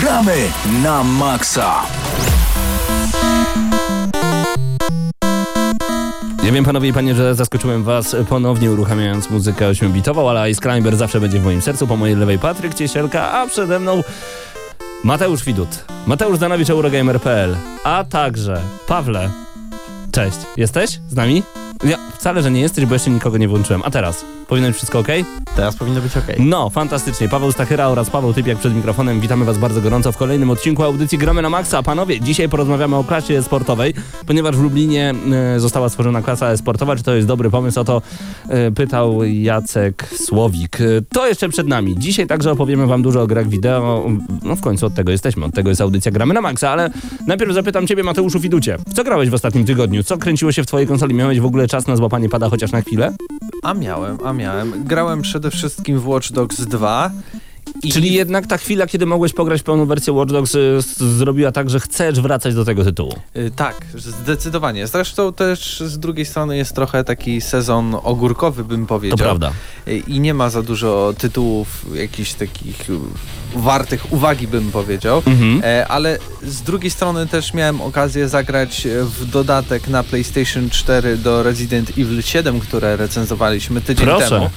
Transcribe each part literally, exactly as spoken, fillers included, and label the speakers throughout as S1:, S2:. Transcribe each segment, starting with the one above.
S1: Gramy na maksa!
S2: Ja wiem, panowie i panie, że zaskoczyłem was ponownie uruchamiając muzykę ośmiobitową, ale Ice Climber zawsze będzie w moim sercu. Po mojej lewej Patryk Ciesielka, a przede mną Mateusz Widut, Mateusz Danowicz, Eurogamer kropka pe el, a także Pawle. Cześć, jesteś z nami? Ja wcale, że nie jesteś, bo jeszcze nikogo nie włączyłem. A teraz? Powinno być wszystko ok?
S3: Teraz powinno być ok.
S2: No, fantastycznie. Paweł Stachyra oraz Paweł Typiak przed mikrofonem. Witamy was bardzo gorąco w kolejnym odcinku audycji Gramy na Maxa. Panowie, dzisiaj porozmawiamy o klasie sportowej, ponieważ w Lublinie y, została stworzona klasa sportowa. Czy to jest dobry pomysł? O to y, pytał Jacek Słowik. Y, to jeszcze przed nami. Dzisiaj także opowiemy wam dużo o grach wideo. No w końcu od tego jesteśmy. Od tego jest audycja Gramy na Maxa, ale najpierw zapytam ciebie, Mateuszu Widucie. W co grałeś w ostatnim tygodniu? Co kręciło się w twojej konsoli? Miałeś w ogóle czas na złapanie pada chociaż na chwilę?
S3: A miałem, a miałem. Grałem przede wszystkim w Watch Dogs dwa. I...
S2: Czyli jednak ta chwila, kiedy mogłeś pograć pełną wersję Watch Dogs, y, zrobiła tak, że chcesz wracać do tego tytułu.
S3: Yy, tak, zdecydowanie. Zresztą też z drugiej strony jest trochę taki sezon ogórkowy, bym powiedział.
S2: To prawda.
S3: Yy, I nie ma za dużo tytułów jakichś takich wartych uwagi, bym powiedział.
S2: Mhm.
S3: Yy, ale z drugiej strony też miałem okazję zagrać w dodatek na PlayStation cztery do Resident Evil siedem, które recenzowaliśmy tydzień
S2: Proszę.
S3: temu.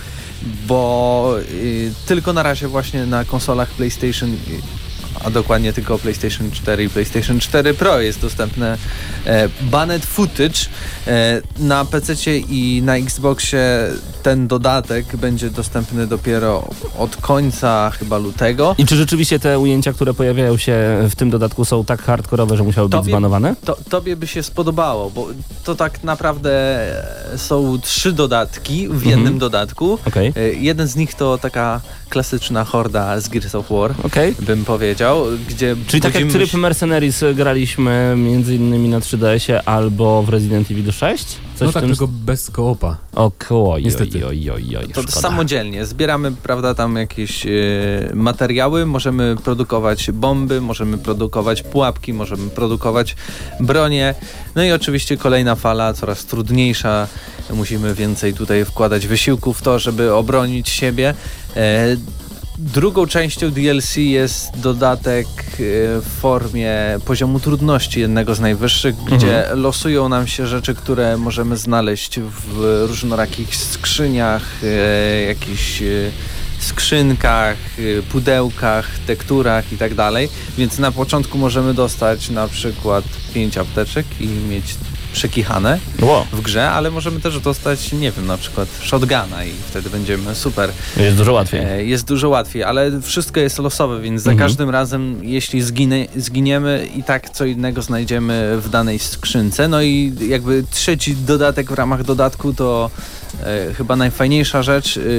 S3: Bo y, tylko na razie właśnie na konsolach PlayStation, y, a dokładnie tylko PlayStation cztery i PlayStation cztery Pro jest dostępne e, banned footage. E, na pececie i na Xboxie ten dodatek będzie dostępny dopiero od końca chyba lutego.
S2: I czy rzeczywiście te ujęcia, które pojawiają się w tym dodatku, są tak hardkorowe, że musiały
S3: Tobie,
S2: być zbanowane?
S3: To, tobie by się spodobało, bo to tak naprawdę są trzy dodatki w jednym mhm. dodatku.
S2: Okay.
S3: E, jeden z nich to taka klasyczna horda z Gears of War,
S2: okay.
S3: bym powiedział. Gdzie
S2: Czyli tak jak tryb Mercenaries graliśmy między innymi na trzy D S-ie albo w Resident Evil sześć?
S4: Coś no tak, tym... tylko bez koopa.
S2: Około,
S4: niestety.
S2: Oj, oj, oj,
S3: to szkoda. Samodzielnie. Zbieramy, prawda, tam jakieś e, materiały, możemy produkować bomby, możemy produkować pułapki, możemy produkować bronię. No i oczywiście kolejna fala, coraz trudniejsza. Musimy więcej tutaj wkładać wysiłku w to, żeby obronić siebie. E, Drugą częścią D L C jest dodatek w formie poziomu trudności, jednego z najwyższych, mhm. gdzie losują nam się rzeczy, które możemy znaleźć w różnorakich skrzyniach, jakichś skrzynkach, pudełkach, tekturach i tak dalej. Więc na początku możemy dostać na przykład pięć apteczek i mieć przekichane wow. w grze, ale możemy też dostać, nie wiem, na przykład shotguna i wtedy będziemy super.
S2: Jest dużo łatwiej.
S3: Jest dużo łatwiej, ale wszystko jest losowe, więc za mhm. każdym razem, jeśli zginie, zginiemy, i tak co innego znajdziemy w danej skrzynce. No i jakby trzeci dodatek w ramach dodatku to e, chyba najfajniejsza rzecz, e,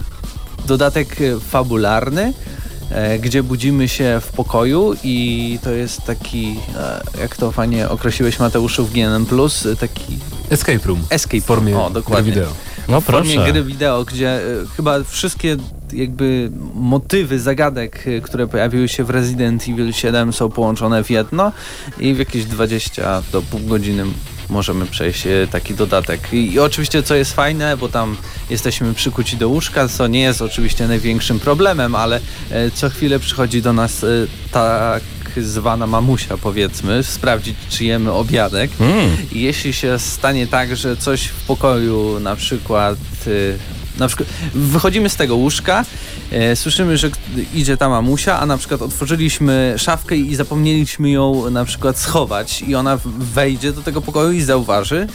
S3: dodatek fabularny, gdzie budzimy się w pokoju i to jest taki, jak to fajnie określiłeś, Mateuszu, w G N M plus, taki...
S4: Escape room.
S3: Escape
S4: w formie
S3: o, dokładnie.
S4: gry wideo.
S2: No
S3: w formie
S2: proszę.
S3: gry wideo, gdzie chyba wszystkie jakby motywy zagadek, które pojawiły się w Resident Evil siedem, są połączone w jedno i w jakieś dwadzieścia do pół godziny możemy przejść taki dodatek. I, I oczywiście co jest fajne, bo tam jesteśmy przykuci do łóżka, co nie jest oczywiście największym problemem, ale e, co chwilę przychodzi do nas e, tak zwana mamusia, powiedzmy, sprawdzić, czy jemy obiadek. Mm. I jeśli się stanie tak, że coś w pokoju na przykład... E, Na przykład wychodzimy z tego łóżka, e, słyszymy, że idzie ta mamusia, a na przykład otworzyliśmy szafkę i zapomnieliśmy ją na przykład schować i ona wejdzie do tego pokoju i zauważy,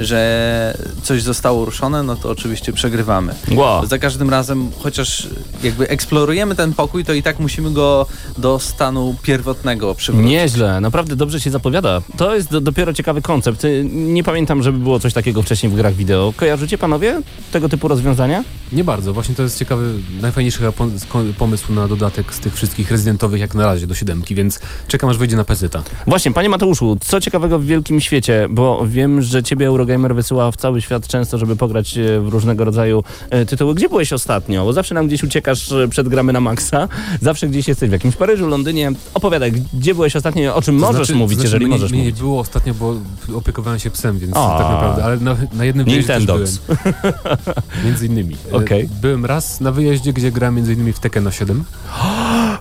S3: że coś zostało ruszone, no to oczywiście przegrywamy.
S2: Wow.
S3: Za każdym razem, chociaż jakby eksplorujemy ten pokój, to i tak musimy go do stanu pierwotnego przywrócić.
S2: Nieźle, naprawdę dobrze się zapowiada. To jest do, dopiero ciekawy koncept. Nie pamiętam, żeby było coś takiego wcześniej w grach wideo. Kojarzycie, panowie, tego typu rozwiązania?
S4: Nie bardzo. Właśnie to jest ciekawy, najfajniejszy pomysł na dodatek z tych wszystkich rezydentowych jak na razie do siódemki, więc czekam, aż wyjdzie na peceta.
S2: Właśnie, panie Mateuszu, co ciekawego w wielkim świecie, bo wiem, że ciebie Eurogamer wysyła w cały świat często, żeby pograć w różnego rodzaju tytuły. Gdzie byłeś ostatnio? Bo zawsze nam gdzieś uciekasz przed Gramy na Maxa, zawsze gdzieś jesteś w jakimś Paryżu, Londynie. Opowiadaj, gdzie byłeś ostatnio, o czym
S4: to
S2: możesz
S4: znaczy,
S2: mówić,
S4: to znaczy,
S2: jeżeli
S4: mnie,
S2: możesz
S4: mnie
S2: mówić.
S4: Nie było ostatnio, bo opiekowałem się psem, więc
S2: A,
S4: tak naprawdę, ale na, na jednym wyjeździe też byłem. Między innymi.
S2: Okay.
S4: Byłem raz na wyjeździe, gdzie grałem między innymi w Tekkena siedem.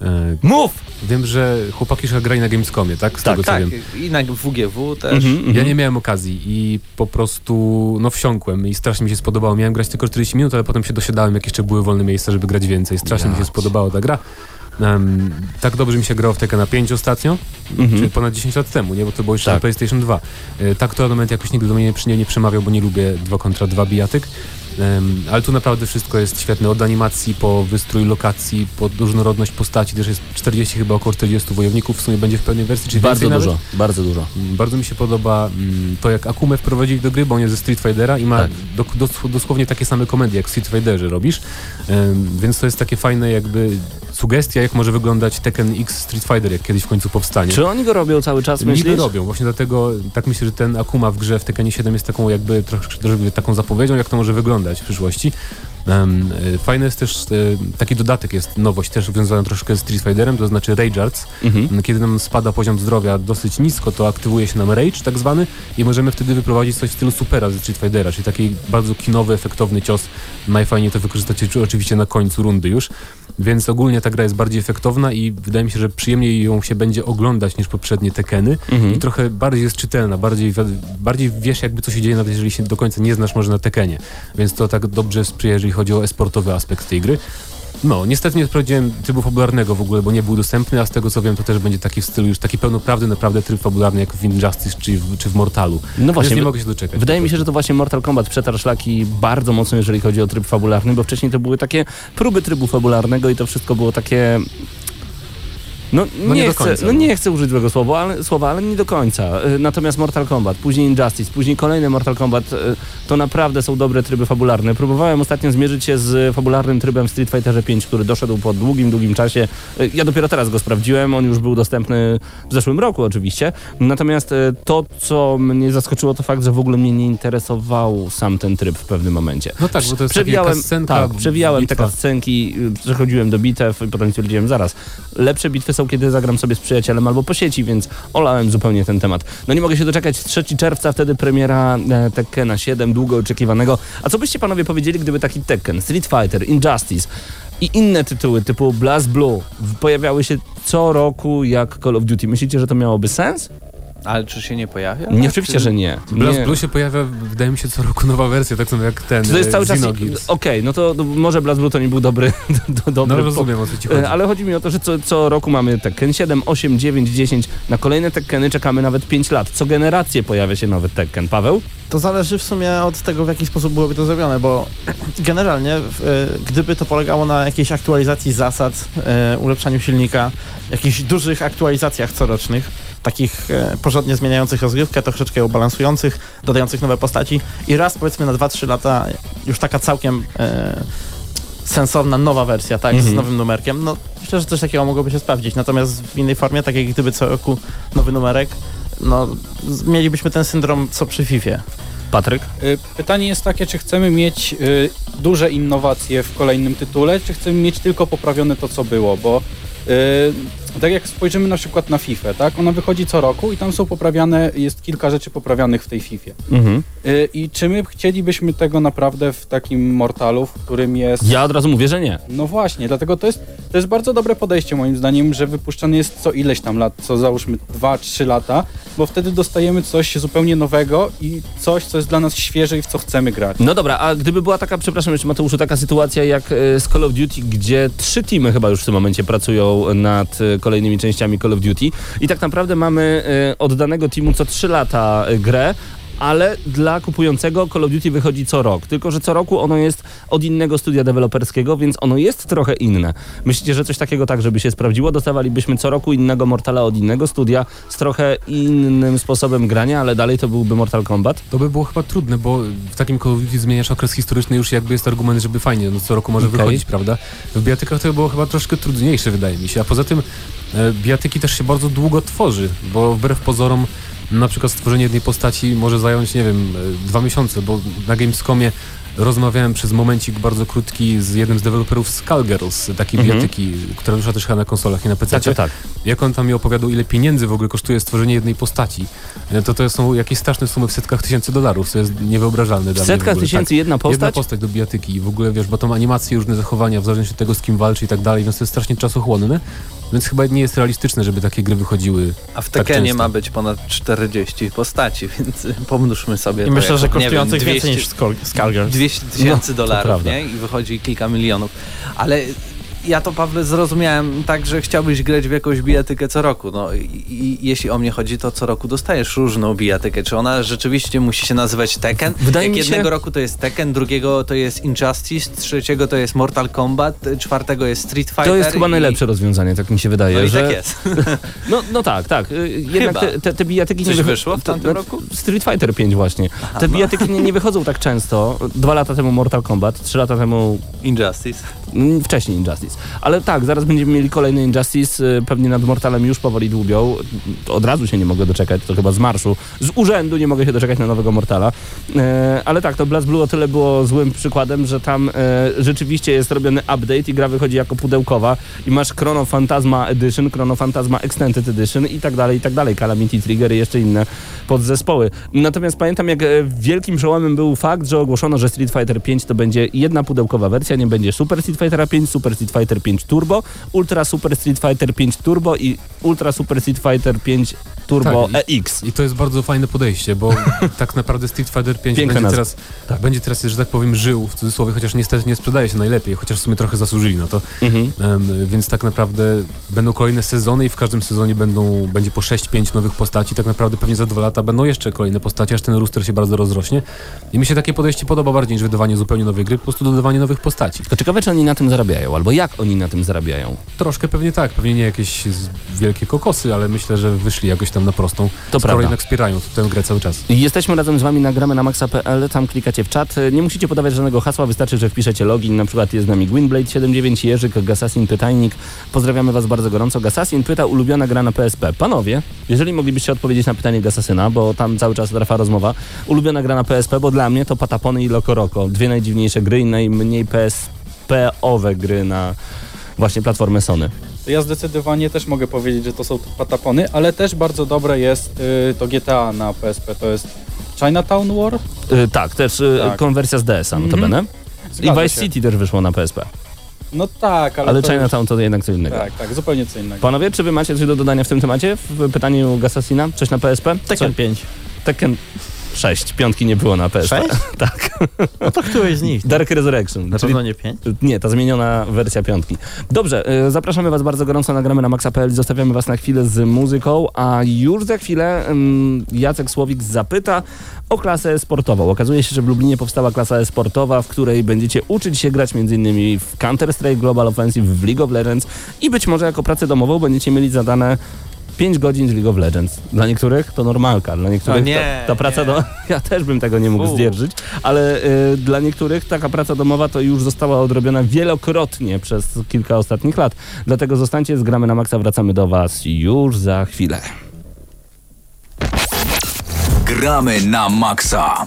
S4: E,
S2: Mów!
S4: Wiem, że chłopaki już grali na Gamescomie, tak? Z
S2: Tak,
S4: tego, co
S3: Tak,
S4: wiem.
S3: i na W G W też.
S2: Mhm,
S4: Ja nie miałem okazji i po prostu no wsiąkłem i strasznie mi się spodobało. Miałem grać tylko czterdzieści minut, ale potem się dosiadałem, jak jeszcze były wolne miejsca, żeby grać więcej. Strasznie mi się
S2: Jać.
S4: spodobała ta gra. Um, tak dobrze mi się grało w Tekkena pięć ostatnio,
S2: Mhm.
S4: czyli ponad dziesięć lat temu, nie? Bo to było jeszcze
S2: Tak.
S4: na PlayStation dwa. E, tak to element jakoś nigdy do mnie nie, nie przemawiał, bo nie lubię dwa kontra dwa bijatyk. Um, ale tu naprawdę wszystko jest świetne, od animacji po wystrój lokacji, po różnorodność postaci, też jest czterdzieści, chyba około czterdziestu wojowników, w sumie będzie w pełnej wersji, czy
S2: Bardzo
S4: więcej
S2: dużo,
S4: nawet.
S2: bardzo dużo.
S4: Mm, Bardzo mi się podoba mm, to, jak Akumę wprowadzili do gry, bo on jest ze Street Fightera i ma
S2: Tak.
S4: do, dos, dosłownie takie same komendy, jak w Street Fighterze robisz, Ym, więc to jest takie fajne jakby sugestia, jak może wyglądać Tekken X Street Fighter, jak kiedyś w końcu powstanie.
S2: Czy oni go robią cały czas,
S4: Niby
S2: myślisz?
S4: robią, właśnie dlatego tak myślę, że ten Akuma w grze w Tekkenie siedem jest taką jakby troszkę troszkę taką zapowiedzią, jak to może wyglądać w przyszłości. Um, y, fajny jest też y, taki dodatek, jest nowość też związana troszkę z Street Fighterem, to znaczy Rage Arts.
S2: Mhm.
S4: Kiedy nam spada poziom zdrowia dosyć nisko, to aktywuje się nam Rage tak zwany i możemy wtedy wyprowadzić coś w stylu Supera ze Street Fightera, czyli taki bardzo kinowy, efektowny cios. Najfajniej to wykorzystać oczywiście na końcu rundy już. Więc ogólnie ta gra jest bardziej efektowna i wydaje mi się, że przyjemniej ją się będzie oglądać niż poprzednie Tekkeny
S2: Mhm.
S4: i trochę bardziej jest czytelna, bardziej, bardziej wiesz jakby co się dzieje, nawet jeżeli się do końca nie znasz może na Tekkenie. Więc to tak dobrze sprzyja, jeżeli chodzi o esportowy aspekt tej gry. No, niestety nie sprawdziłem trybu fabularnego w ogóle, bo nie był dostępny, a z tego co wiem, to też będzie taki w stylu już taki pełnoprawny, naprawdę tryb fabularny jak w Injustice czy w, czy w Mortalu.
S2: No właśnie,
S4: Więc nie
S2: wy-
S4: mogę się doczekać.
S2: Wydaje mi się, że to właśnie Mortal Kombat przetarł szlaki bardzo mocno, jeżeli chodzi o tryb fabularny, bo wcześniej to były takie próby trybu fabularnego i to wszystko było takie... No,
S4: No
S2: nie,
S4: nie do
S2: chcę,
S4: końca,
S2: no
S4: no.
S2: nie chcę użyć złego słowa ale, słowa, ale nie do końca. Y, Natomiast Mortal Kombat, później Injustice, później kolejny Mortal Kombat, y, to naprawdę są dobre tryby fabularne. Próbowałem ostatnio zmierzyć się z fabularnym trybem w Street Fighterze pięć, który doszedł po długim, długim czasie. Y, Ja dopiero teraz go sprawdziłem, on już był dostępny w zeszłym roku oczywiście. Natomiast y, to, co mnie zaskoczyło, to fakt, że w ogóle mnie nie interesował sam ten tryb w pewnym momencie.
S4: No tak, bo to jest
S2: Przewijałem,
S4: taka scenka,
S2: tak, przewijałem te
S4: bitwa.
S2: scenki, przechodziłem do bitew i potem stwierdziłem, zaraz, lepsze bitwy są, kiedy zagram sobie z przyjacielem albo po sieci, więc olałem zupełnie ten temat. No nie mogę się doczekać, trzeciego czerwca, wtedy premiera e, Tekkena siedem, długo oczekiwanego. A co byście panowie powiedzieli, gdyby taki Tekken, Street Fighter, Injustice i inne tytuły typu Blast Blue pojawiały się co roku jak Call of Duty? Myślicie, że to miałoby sens?
S3: Ale czy się nie pojawia?
S2: Nie,
S3: Tak?
S2: oczywiście,
S3: Czy-
S2: że nie.
S4: Blast
S2: nie.
S4: Blue się pojawia, wydaje mi się, co roku nowa wersja, tak samo jak ten
S2: Czy to jest cały czas...
S4: Xenogears.
S2: Okej, no to, to może Blast Blue to nie był dobry... do, dobry
S4: No
S2: po-
S4: rozumiem, o co ci chodzi.
S2: E, Ale chodzi mi o to, że co, co roku mamy Tekken siedem, osiem, dziewięć, dziesięć. Na kolejne Tekkeny czekamy nawet pięć lat. Co generację pojawia się nowy Tekken. Paweł?
S5: To zależy w sumie od tego, w jaki sposób byłoby to zrobione, bo generalnie w, e, gdyby to polegało na jakiejś aktualizacji zasad, e, ulepszaniu silnika, jakichś dużych aktualizacjach corocznych, takich e, porządnie zmieniających rozgrywkę, troszeczkę ją balansujących, dodających nowe postaci i raz powiedzmy na dwa trzy lata już taka całkiem e, sensowna nowa wersja, tak,
S2: Mhm.
S5: z nowym numerkiem, no myślę, że coś takiego mogłoby się sprawdzić, natomiast w innej formie, tak jak gdyby co roku nowy numerek, no z- mielibyśmy ten syndrom co przy Fifie.
S2: Patryk?
S6: Y, Pytanie jest takie, czy chcemy mieć y, duże innowacje w kolejnym tytule, czy chcemy mieć tylko poprawione to, co było, bo y, tak jak spojrzymy na przykład na FIFA, tak? Ona wychodzi co roku i tam są poprawiane, jest kilka rzeczy poprawianych w tej Fifie.
S2: Mhm.
S6: Y, I czy my chcielibyśmy tego naprawdę w takim Mortalu, w którym jest...
S2: Ja od razu mówię, że nie.
S6: No właśnie, dlatego to jest, to jest bardzo dobre podejście moim zdaniem, że wypuszczany jest co ileś tam lat, co załóżmy dwa trzy lata, bo wtedy dostajemy coś zupełnie nowego i coś, co jest dla nas świeże i w co chcemy grać.
S2: No dobra, a gdyby była taka, przepraszam jeszcze Mateuszu, taka sytuacja jak e, z Call of Duty, gdzie trzy teamy chyba już w tym momencie pracują nad e, kolejnymi częściami Call of Duty i tak naprawdę mamy e, od danego teamu co trzy lata e, grę, ale dla kupującego Call of Duty wychodzi co rok. Tylko że co roku ono jest od innego studia deweloperskiego, więc ono jest trochę inne. Myślicie, że coś takiego tak, żeby się sprawdziło? Dostawalibyśmy co roku innego Mortala od innego studia z trochę innym sposobem grania, ale dalej to byłby Mortal Kombat?
S4: To by było chyba trudne, bo w takim Call of Duty zmieniasz okres historyczny, już jakby jest argument, żeby fajnie, no co roku może
S2: Okej.
S4: wychodzić, prawda? W bijatykach to było chyba troszkę trudniejsze, wydaje mi się, a poza tym e, bijatyki też się bardzo długo tworzy, bo wbrew pozorom na przykład stworzenie jednej postaci może zająć, nie wiem, e, dwa miesiące, bo na Gamescomie rozmawiałem przez momencik bardzo krótki z jednym z deweloperów Skullgirls, takiej
S2: Mhm.
S4: bijatyki, która wyszła też chyba na konsolach i na P C.
S2: Tak, tak, tak.
S4: Jak on tam mi opowiadał, ile pieniędzy w ogóle kosztuje stworzenie jednej postaci, e, to to są jakieś straszne sumy w setkach tysięcy dolarów, co jest niewyobrażalne
S2: W
S4: dla mnie.
S2: setkach
S4: w ogóle.
S2: tysięcy jedna
S4: Tak. Jedna
S2: postać?
S4: postać do bijatyki i w ogóle wiesz, bo tam animacje, różne zachowania, w zależności od tego z kim walczy i tak dalej, więc to jest strasznie czasochłonne. Więc chyba nie jest realistyczne, żeby takie gry wychodziły.
S3: A w
S4: tak
S3: Tekenie
S4: często.
S3: ma być ponad czterdzieści postaci, więc pomnóżmy sobie
S5: I
S3: to
S5: myślę,
S3: jako,
S5: że
S3: nie
S5: kosztujących
S3: wiem,
S5: więcej niż Skull- Skullgirls.
S3: dwieście tysięcy
S2: No, to
S3: dolarów,
S2: prawda.
S3: nie? I wychodzi kilka milionów. Ale ja to, Pawle, zrozumiałem tak, że chciałbyś grać w jakąś bijatykę co roku. No i, i jeśli o mnie chodzi, to co roku dostajesz różną bijatykę. Czy ona rzeczywiście musi się nazywać Tekken?
S2: Wydaje
S3: Jak
S2: mi się-
S3: jednego roku to jest Tekken, drugiego to jest Injustice, trzeciego to jest Mortal Kombat, czwartego jest Street Fighter.
S2: To jest chyba
S3: i...
S2: najlepsze rozwiązanie, tak mi się wydaje.
S3: No i
S2: że...
S3: tak jest.
S2: No, no tak, tak. Y, Jednak
S3: Chyba.
S2: te, te, te bijatyki
S3: Coś
S2: nie wycho-
S3: wyszło w tamtym
S2: to-
S3: roku?
S2: Street Fighter pięć właśnie. Te bijatyki nie, nie wychodzą tak często. Dwa lata temu Mortal Kombat, trzy lata temu
S3: Injustice.
S2: mm, wcześniej Injustice. Ale tak, zaraz będziemy mieli kolejny Injustice, y, pewnie nad Mortalem już powoli dłubią. Od razu się nie mogę doczekać, to chyba z marszu. Z urzędu nie mogę się doczekać na nowego Mortala. E, ale tak, to BlazBlue o tyle było złym przykładem, że tam e, rzeczywiście jest robiony update i gra wychodzi jako pudełkowa i masz Chrono Phantasma Edition, Chrono Phantasma Extended Edition i tak dalej, i tak dalej. Calamity Trigger i jeszcze inne podzespoły. Natomiast pamiętam, jak e, wielkim przełomem był fakt, że ogłoszono, że Street Fighter pięć to będzie jedna pudełkowa wersja, nie będzie Super Street Fightera pięć, Super Street Fighter pięć Turbo, Ultra Super Street Fighter pięć Turbo i Ultra Super Street Fighter pięć Turbo
S4: Tak,
S2: E X.
S4: I to jest bardzo fajne podejście, bo tak naprawdę Street Fighter pięć
S2: Piękna
S4: będzie
S2: nazwa.
S4: teraz,
S2: Tak.
S4: będzie teraz, że tak powiem, żył w cudzysłowie, chociaż niestety nie sprzedaje się najlepiej, chociaż w sumie trochę zasłużyli na to.
S2: Mhm.
S4: Em, więc tak naprawdę będą kolejne sezony i w każdym sezonie będą, będzie po sześć pięć nowych postaci. Tak naprawdę pewnie za dwa lata będą jeszcze kolejne postaci, aż ten roster się bardzo rozrośnie. I mi się takie podejście podoba bardziej niż wydawanie zupełnie nowej gry, po prostu dodawanie nowych postaci.
S2: To ciekawe, czy oni na tym zarabiają, albo jak oni na tym zarabiają.
S4: Troszkę pewnie tak, pewnie nie jakieś z- wielkie kokosy, ale myślę, że wyszli jakoś tam na prostą.
S2: To
S4: skoro
S2: prawda.
S4: jednak wspierają tę grę cały czas.
S2: Jesteśmy razem z wami, nagramy na maxa kropka p l, tam klikacie w czat. Nie musicie podawać żadnego hasła, wystarczy, że wpiszecie login. Na przykład jest z nami Gwynblade siedemdziesiąt dziewięć, Jerzyk, Gasasin, Pytajnik. Pozdrawiamy was bardzo gorąco. Gasasin pyta, ulubiona gra na P S P. Panowie, jeżeli moglibyście odpowiedzieć na pytanie Gasasyna, bo tam cały czas trwa rozmowa. Ulubiona gra na P S P, bo dla mnie to Patapony i Loco Roco. Dwie najdziwniejsze gry i najmniej P S P-owe gry na właśnie platformę Sony.
S6: Ja zdecydowanie też mogę powiedzieć, że to są patapony, ale też bardzo dobre jest y, to G T A na P S P, to jest Chinatown War.
S2: Y, tak, też y,
S6: Tak.
S2: konwersja z D S a, notabene. I
S6: Zgadza
S2: Vice
S6: się.
S2: City też wyszło na P S P.
S6: No tak, ale,
S2: Ale
S6: to
S2: Chinatown to jednak co
S6: już,
S2: innego.
S6: tak, tak, zupełnie co innego.
S2: Panowie, czy wy macie coś do dodania w tym temacie? W pytaniu Gasasina? Coś na P S P?
S5: Tekken pięć.
S2: Tekken sześć. Piątki nie było na P S P.
S5: sześć?
S2: Tak.
S5: No to któryś z nich?
S2: Dark Resurrection.
S5: Na
S2: Czyli
S5: pewno nie pięć.
S2: nie, ta zmieniona wersja piątki. Dobrze, y, zapraszamy was bardzo gorąco, nagramy na maxa kropka p l, zostawiamy was na chwilę z muzyką, a już za chwilę ym, Jacek Słowik zapyta o klasę sportową. Okazuje się, że w Lublinie powstała klasa sportowa, w której będziecie uczyć się grać m.in. w Counter-Strike Global Offensive, w League of Legends i być może jako pracę domową będziecie mieli zadane pięć godzin z League of Legends. Dla niektórych to normalka, dla niektórych
S3: O nie,
S2: ta, ta praca
S3: nie.
S2: do... Ja też bym tego nie mógł
S3: Fu.
S2: zdzierżyć, ale y, dla niektórych taka praca domowa to już została odrobiona wielokrotnie przez kilka ostatnich lat. Dlatego zostańcie z Gramy na Maxa, wracamy do was już za chwilę.
S1: Gramy na maksa.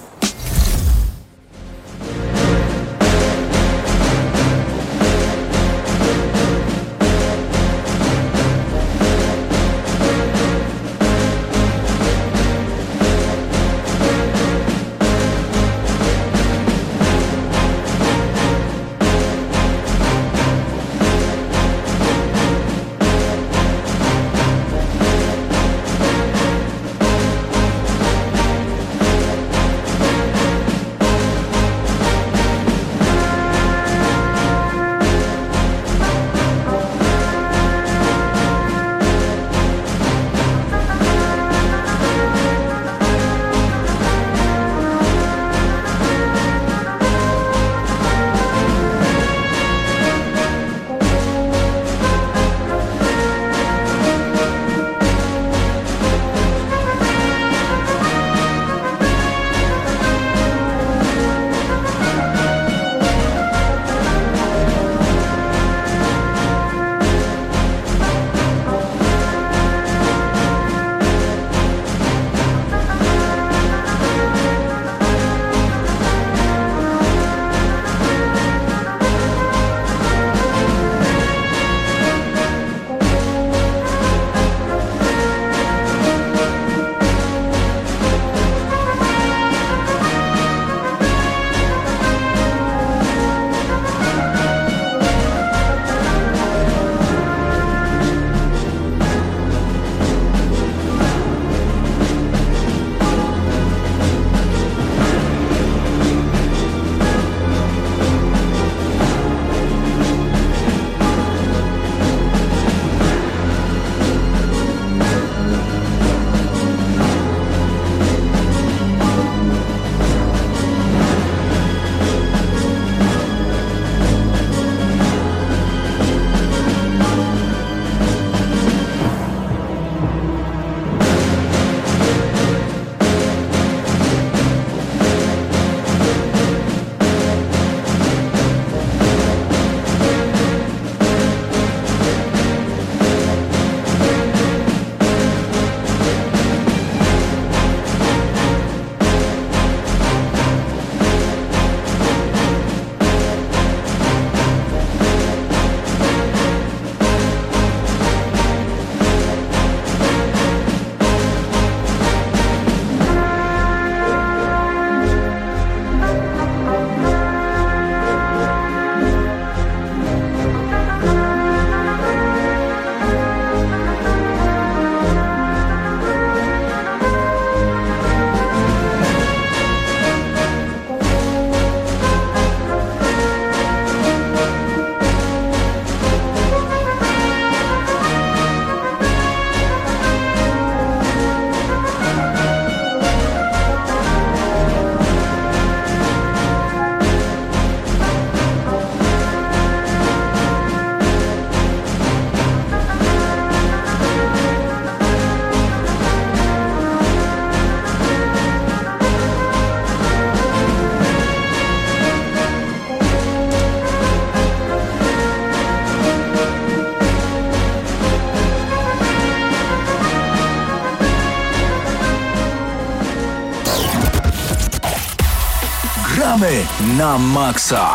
S1: Gramy na maksa.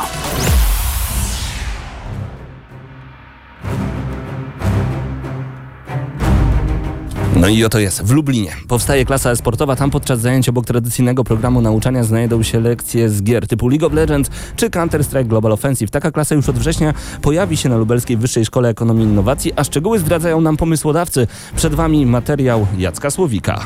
S2: No i oto jest, w Lublinie powstaje klasa e-sportowa. Tam podczas zajęć obok tradycyjnego programu nauczania znajdą się lekcje z gier typu League of Legends czy Counter-Strike Global Offensive. Taka klasa już od września pojawi się na Lubelskiej Wyższej Szkole Ekonomii i Innowacji, a szczegóły zdradzają nam pomysłodawcy. Przed Wami materiał Jacka Słowika.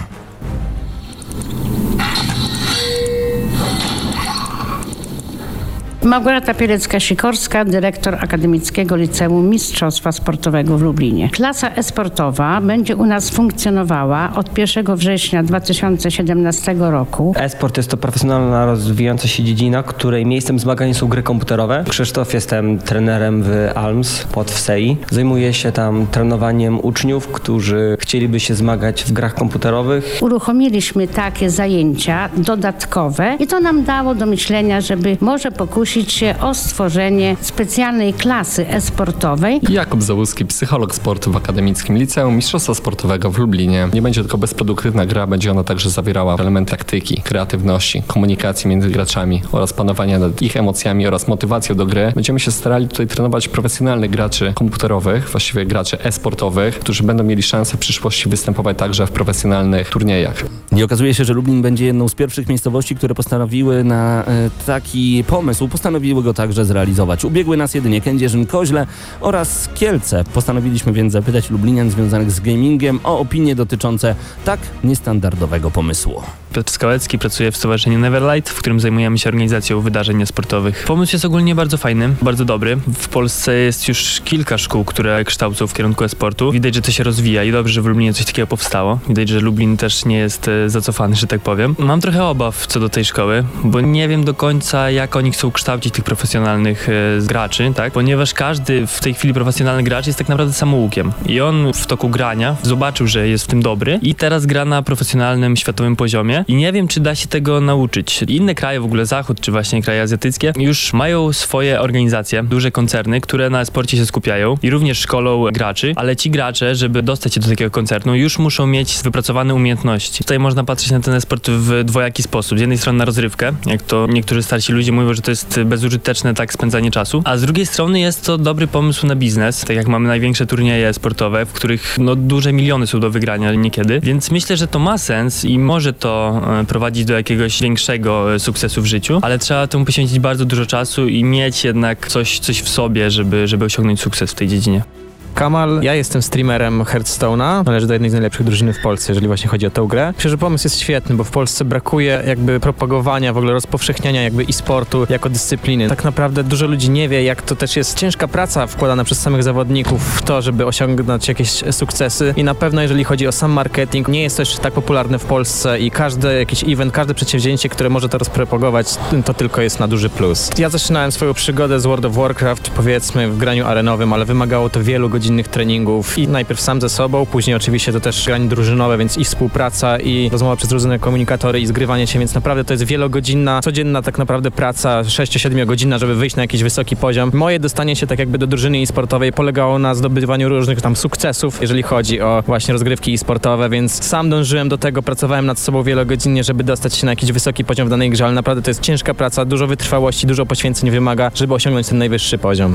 S7: Małgorzata Pielecka-Sikorska, dyrektor Akademickiego Liceum Mistrzostwa Sportowego w Lublinie. Klasa e-sportowa będzie u nas funkcjonowała od pierwszego września dwa tysiące siedemnastego roku.
S8: E-sport jest to profesjonalna, rozwijająca się dziedzina, której miejscem zmagań są gry komputerowe. Krzysztof, jestem trenerem w ALMS pod W S E I. Zajmuję się tam trenowaniem uczniów, którzy chcieliby się zmagać w grach komputerowych.
S7: Uruchomiliśmy takie zajęcia dodatkowe i to nam dało do myślenia, żeby może pokusić się o stworzenie specjalnej klasy e-sportowej.
S9: Jakub Załuski, psycholog sportu w Akademickim Liceum Mistrzostwa Sportowego w Lublinie. Nie będzie tylko bezproduktywna gra, będzie ona także zawierała elementy taktyki, kreatywności, komunikacji między graczami oraz panowania nad ich emocjami oraz motywacją do gry. Będziemy się starali tutaj trenować profesjonalnych graczy komputerowych, właściwie graczy e-sportowych, którzy będą mieli szansę w przyszłości występować także w profesjonalnych turniejach.
S2: I okazuje się, że Lublin będzie jedną z pierwszych miejscowości, które postanowiły na e, taki pomysł, postanowiły go także zrealizować. Ubiegły nas jedynie Kędzierzyn-Koźle oraz Kielce. Postanowiliśmy więc zapytać Lublinian związanych z gamingiem o opinie dotyczące tak niestandardowego pomysłu.
S10: Piotr Skałecki, pracuje w Stowarzyszeniu Neverlight, w którym zajmujemy się organizacją wydarzeń sportowych. Pomysł jest ogólnie bardzo fajny, bardzo dobry. W Polsce jest już kilka szkół, które kształcą w kierunku e-sportu. Widać, że to się rozwija i dobrze, że w Lublinie coś takiego powstało. Widać, że Lublin też nie jest zacofany, że tak powiem. Mam trochę obaw co do tej szkoły, bo nie wiem do końca, jak oni chcą kształcić tych profesjonalnych e, graczy, tak? Ponieważ każdy w tej chwili profesjonalny gracz jest tak naprawdę samoukiem. I on w toku grania zobaczył, że jest w tym dobry i teraz gra na profesjonalnym, światowym poziomie. I nie wiem, czy da się tego nauczyć. Inne kraje, w ogóle Zachód, czy właśnie kraje azjatyckie, już mają swoje organizacje, duże koncerny, które na sporcie się skupiają i również szkolą graczy, ale ci gracze, żeby dostać się do takiego koncernu, już muszą mieć wypracowane umiejętności. Tutaj można patrzeć na ten sport w dwojaki sposób. Z jednej strony na rozrywkę, jak to niektórzy starsi ludzie mówią, że to jest bezużyteczne tak spędzanie czasu, a z drugiej strony jest to dobry pomysł na biznes, tak jak mamy największe turnieje sportowe, w których no, duże miliony są do wygrania niekiedy, więc myślę, że to ma sens i może to prowadzić do jakiegoś większego sukcesu w życiu, ale trzeba temu poświęcić bardzo dużo czasu i mieć jednak coś, coś w sobie, żeby, żeby osiągnąć sukces w tej dziedzinie.
S11: Kamal, ja jestem streamerem Hearthstone'a, należy do jednej z najlepszych drużyn w Polsce, jeżeli właśnie chodzi o tę grę. Myślę, że pomysł jest świetny, bo w Polsce brakuje jakby propagowania, w ogóle rozpowszechniania jakby e-sportu jako dyscypliny. Tak naprawdę dużo ludzi nie wie, jak to też jest ciężka praca wkładana przez samych zawodników w to, żeby osiągnąć jakieś sukcesy i na pewno jeżeli chodzi o sam marketing, nie jest to jeszcze tak popularne w Polsce i każdy jakiś event, każde przedsięwzięcie, które może to rozpropagować, to tylko jest na duży plus. Ja zaczynałem swoją przygodę z World of Warcraft, powiedzmy w graniu arenowym, ale wymagało to wielu godzin godzinnych treningów i najpierw sam ze sobą, później oczywiście to też granie drużynowe, więc i współpraca, i rozmowa przez różne komunikatory, i zgrywanie się, więc naprawdę to jest wielogodzinna, codzienna tak naprawdę praca, sześć-siedmiogodzinna, żeby wyjść na jakiś wysoki poziom. Moje dostanie się tak jakby do drużyny e-sportowej polegało na zdobywaniu różnych tam sukcesów, jeżeli chodzi o właśnie rozgrywki e-sportowe, więc sam dążyłem do tego, pracowałem nad sobą wielogodzinnie, żeby dostać się na jakiś wysoki poziom w danej grze, ale naprawdę to jest ciężka praca, dużo wytrwałości, dużo poświęceń wymaga, żeby osiągnąć ten najwyższy poziom.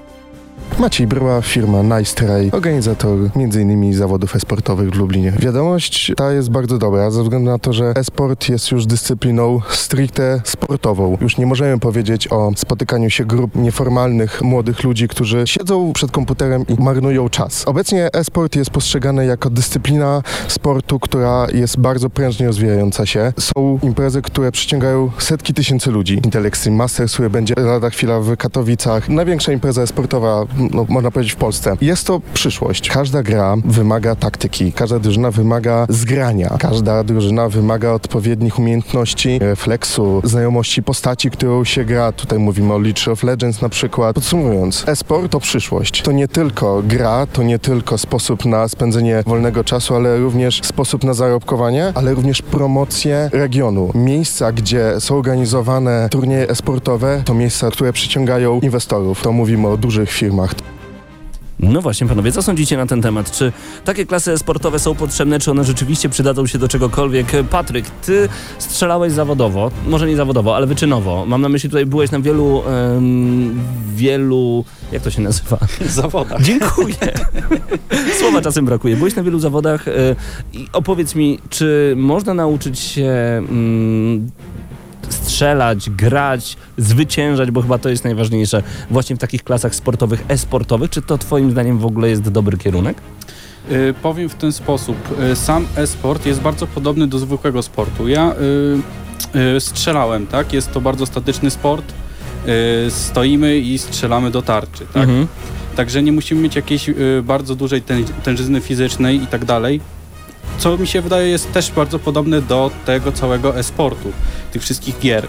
S12: Maciej Bryła, firma Nice Try, organizator między innymi zawodów e-sportowych w Lublinie. Wiadomość ta jest bardzo dobra, ze względu na to, że e-sport jest już dyscypliną stricte sportową. Już nie możemy powiedzieć o spotykaniu się grup nieformalnych, młodych ludzi, którzy siedzą przed komputerem i marnują czas. Obecnie e-sport jest postrzegany jako dyscyplina sportu, która jest bardzo prężnie rozwijająca się. Są imprezy, które przyciągają setki tysięcy ludzi. Intel Extreme Masters, który będzie lada chwila w Katowicach. Największa impreza e-sportowa, no, można powiedzieć, w Polsce. Jest to przyszłość. Każda gra wymaga taktyki, każda drużyna wymaga zgrania, każda drużyna wymaga odpowiednich umiejętności, refleksu, znajomości postaci, którą się gra. Tutaj mówimy o League of Legends na przykład. Podsumowując, e-sport to przyszłość. To nie tylko gra, to nie tylko sposób na spędzenie wolnego czasu, ale również sposób na zarobkowanie, ale również promocję regionu. Miejsca, gdzie są organizowane turnieje e-sportowe, to miejsca, które przyciągają inwestorów. To mówimy o dużych firmach.
S2: No właśnie, panowie, co sądzicie na ten temat? Czy takie klasy sportowe są potrzebne, czy one rzeczywiście przydadzą się do czegokolwiek? Patryk, ty strzelałeś zawodowo, może nie zawodowo, ale wyczynowo. Mam na myśli, tutaj byłeś na wielu, um, wielu, jak to się nazywa?
S6: Zawodach.
S2: Dziękuję. Słowa czasem brakuje. Byłeś na wielu zawodach y, i opowiedz mi, czy można nauczyć się mm, strzelać, grać, zwyciężać, bo chyba to jest najważniejsze właśnie w takich klasach sportowych, e-sportowych. Czy to twoim zdaniem w ogóle jest dobry kierunek?
S6: Yy, powiem w ten sposób. Yy, sam e-sport jest bardzo podobny do zwykłego sportu. Ja yy, yy, strzelałem, tak? Jest to bardzo statyczny sport. Yy, stoimy i strzelamy do tarczy, tak? Mhm. Także nie musimy mieć jakiejś yy, bardzo dużej tę- tężyzny fizycznej i tak dalej. Co mi się wydaje jest też bardzo podobne do tego całego e-sportu, tych wszystkich gier.